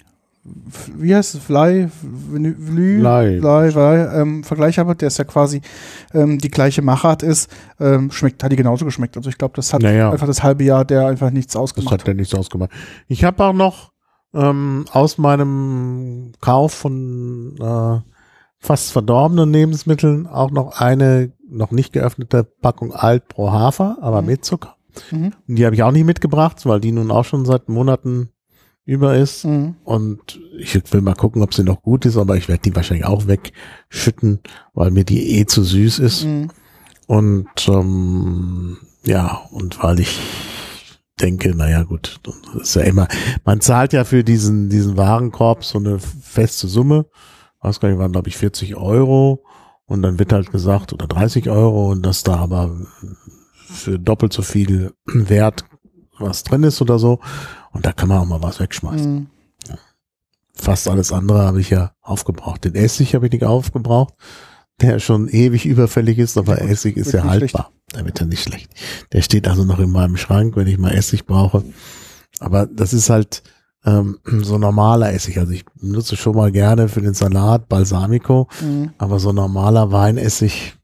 F- wie heißt es, Fly, Vny- Vly, Fly. Fly, Fly ähm, Vergleich habe, der ist ja quasi ähm, die gleiche Machart ist, ähm, schmeckt, hat die genauso geschmeckt. Also ich glaube, das hat Naja. einfach das halbe Jahr der einfach nichts Das ausgemacht. hat der nichts ausgemacht. Ich habe auch noch ähm, aus meinem Kauf von äh, fast verdorbenen Lebensmitteln auch noch eine noch nicht geöffnete Packung Alt Pro Hafer, aber Mhm. mit Zucker. Mhm. Und die habe ich auch nicht mitgebracht, weil die nun auch schon seit Monaten über ist. Mhm. Und ich will mal gucken, ob sie noch gut ist, aber ich werde die wahrscheinlich auch wegschütten, weil mir die eh zu süß ist. Mhm. Und ähm, ja, und weil ich denke, naja gut, das ist ja immer, man zahlt ja für diesen diesen Warenkorb so eine feste Summe, weiß gar nicht, waren glaube ich vierzig Euro und dann wird halt gesagt, oder dreißig Euro und dass da aber für doppelt so viel Wert was drin ist oder so und da kann man auch mal was wegschmeißen. Mhm. Fast alles andere habe ich ja aufgebraucht. Den Essig habe ich nicht aufgebraucht, der schon ewig überfällig ist, aber Ja, gut, Essig ist wird ja nicht haltbar. Der wird ja nicht schlecht. Der steht also noch in meinem Schrank, wenn ich mal Essig brauche. Aber das ist halt ähm, so normaler Essig. Also ich benutze schon mal gerne für den Salat Balsamico, Mhm. aber so normaler Weinessig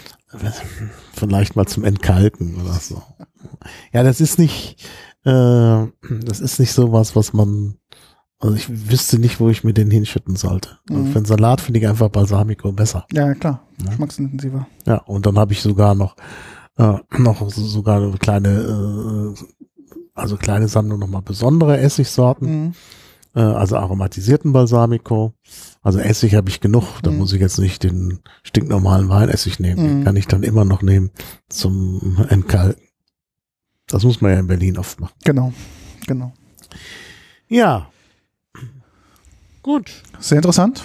vielleicht mal zum Entkalken oder so. Ja, das ist nicht, äh, das ist nicht sowas, was man, also ich wüsste nicht, wo ich mir den hinschütten sollte. Also Mhm. für einen Salat finde ich einfach Balsamico besser. Ja, klar. Ja. Geschmacksintensiver. Ja, und dann habe ich sogar noch, äh, noch so, sogar eine kleine, äh, also kleine Sammlung nochmal besondere Essigsorten, Mhm. äh, also aromatisierten Balsamico. Also Essig habe ich genug, da Mhm. muss ich jetzt nicht den stinknormalen Weinessig nehmen. Mhm. Den kann ich dann immer noch nehmen zum Entkalken. Das muss man ja in Berlin oft machen. Genau. Genau. Ja. Gut. Sehr interessant.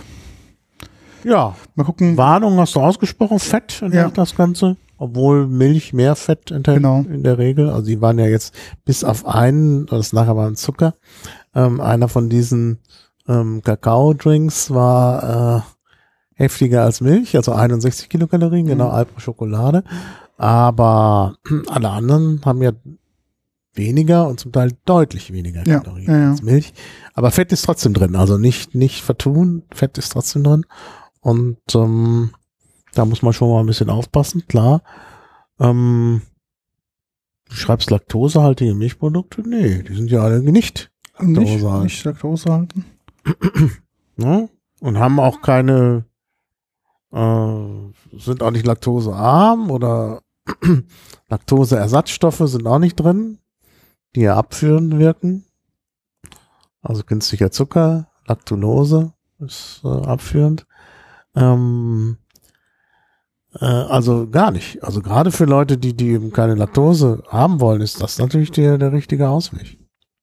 Ja. Mal gucken. Warnung hast du ausgesprochen. Fett enthält Ja. das Ganze. Obwohl Milch mehr Fett enthält Genau. in der Regel. Also die waren ja jetzt bis auf einen, das nachher war ein Zucker. Ähm, einer von diesen ähm, Kakao-Drinks war äh, heftiger als Milch, also einundsechzig Kilokalorien, genau, Mhm. Alpro Schokolade. Aber alle anderen haben ja weniger und zum Teil deutlich weniger Ja, Kalorien ja, ja. als Milch. Aber Fett ist trotzdem drin, also nicht, nicht vertun, Fett ist trotzdem drin. Und ähm, da muss man schon mal ein bisschen aufpassen, klar. Ähm, du schreibst laktosehaltige Milchprodukte? Nee, die sind ja alle nicht Nicht, Laktose. nicht Laktose halten. ne? Und haben auch keine äh, sind auch nicht laktosearm oder Laktoseersatzstoffe sind auch nicht drin, die ja abführend wirken. Also künstlicher Zucker, Laktulose ist äh, abführend. Ähm, äh, also gar nicht. Also gerade für Leute, die, die eben keine Laktose haben wollen, ist das natürlich der, der richtige Ausweg.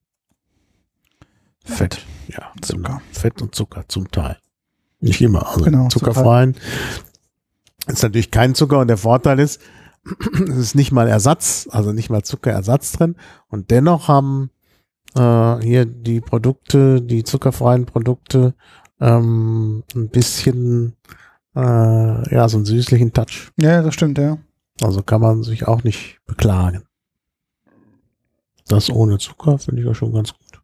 Fett. Ja, Zucker. Genau. Fett und Zucker zum Teil. Nicht immer. Also genau, zuckerfreien ist natürlich kein Zucker und der Vorteil ist, es ist nicht mal Ersatz, also nicht mal Zuckerersatz drin und dennoch haben äh, hier die Produkte, die zuckerfreien Produkte ähm, ein bisschen äh, ja, so einen süßlichen Touch. Ja, das stimmt, ja. Also kann man sich auch nicht beklagen. Das ohne Zucker finde ich ja schon ganz gut.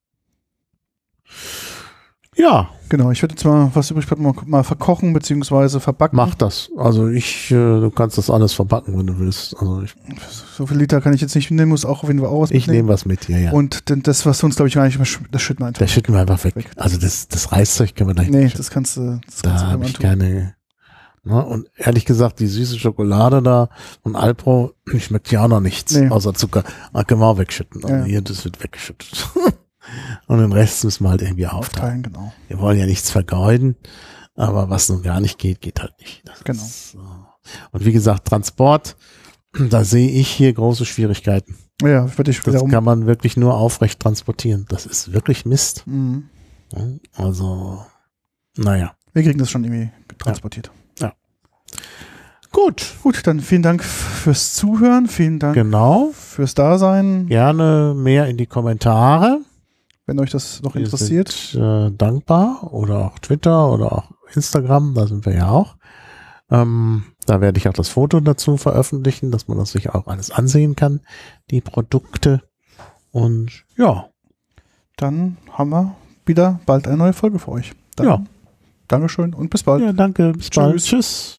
Ja. Genau, ich würde jetzt mal was übrig mal, mal verkochen bzw. verbacken. Mach das. Also ich, äh, du kannst das alles verbacken, wenn du willst. Also ich, so viel Liter kann ich jetzt nicht nehmen, muss auch auf jeden Fall auch was mitnehmen. Ich nehme was mit, ja, ja. Und denn das, was uns, glaube ich, eigentlich das schütten wir einfach. Das schütten wir einfach weg. weg. Also das, das Reiszeug können wir gleich Nee, das kannst du. Das da habe ich keine. Na, und ehrlich gesagt, die süße Schokolade da von Alpro, die schmeckt ja auch noch nichts, nee. Außer Zucker. Da können wir auch wegschütten. Also ja. Hier, das wird weggeschüttet. Und den Rest müssen wir halt irgendwie aufteilen. Genau. Wir wollen ja nichts vergeuden, aber was nun gar nicht geht, geht halt nicht. Das genau. Ist, uh und wie gesagt, Transport, da sehe ich hier große Schwierigkeiten. Ja, würde ich Das kann man wirklich nur aufrecht transportieren. Das ist wirklich Mist. Mhm. Also, naja. Wir kriegen das schon irgendwie transportiert. Ja. ja. Gut. Gut, dann vielen Dank fürs Zuhören. Vielen Dank genau. fürs Dasein. Gerne mehr in die Kommentare. Wenn euch das noch wir interessiert. Sind, äh, dankbar oder auch Twitter oder auch Instagram, da sind wir ja auch. Ähm, da werde ich auch das Foto dazu veröffentlichen, dass man das sich auch alles ansehen kann, die Produkte. Und ja. Dann haben wir wieder bald eine neue Folge für euch. Dann ja. Dankeschön und bis bald. Ja, danke. Bis Tschüss. bald. Tschüss.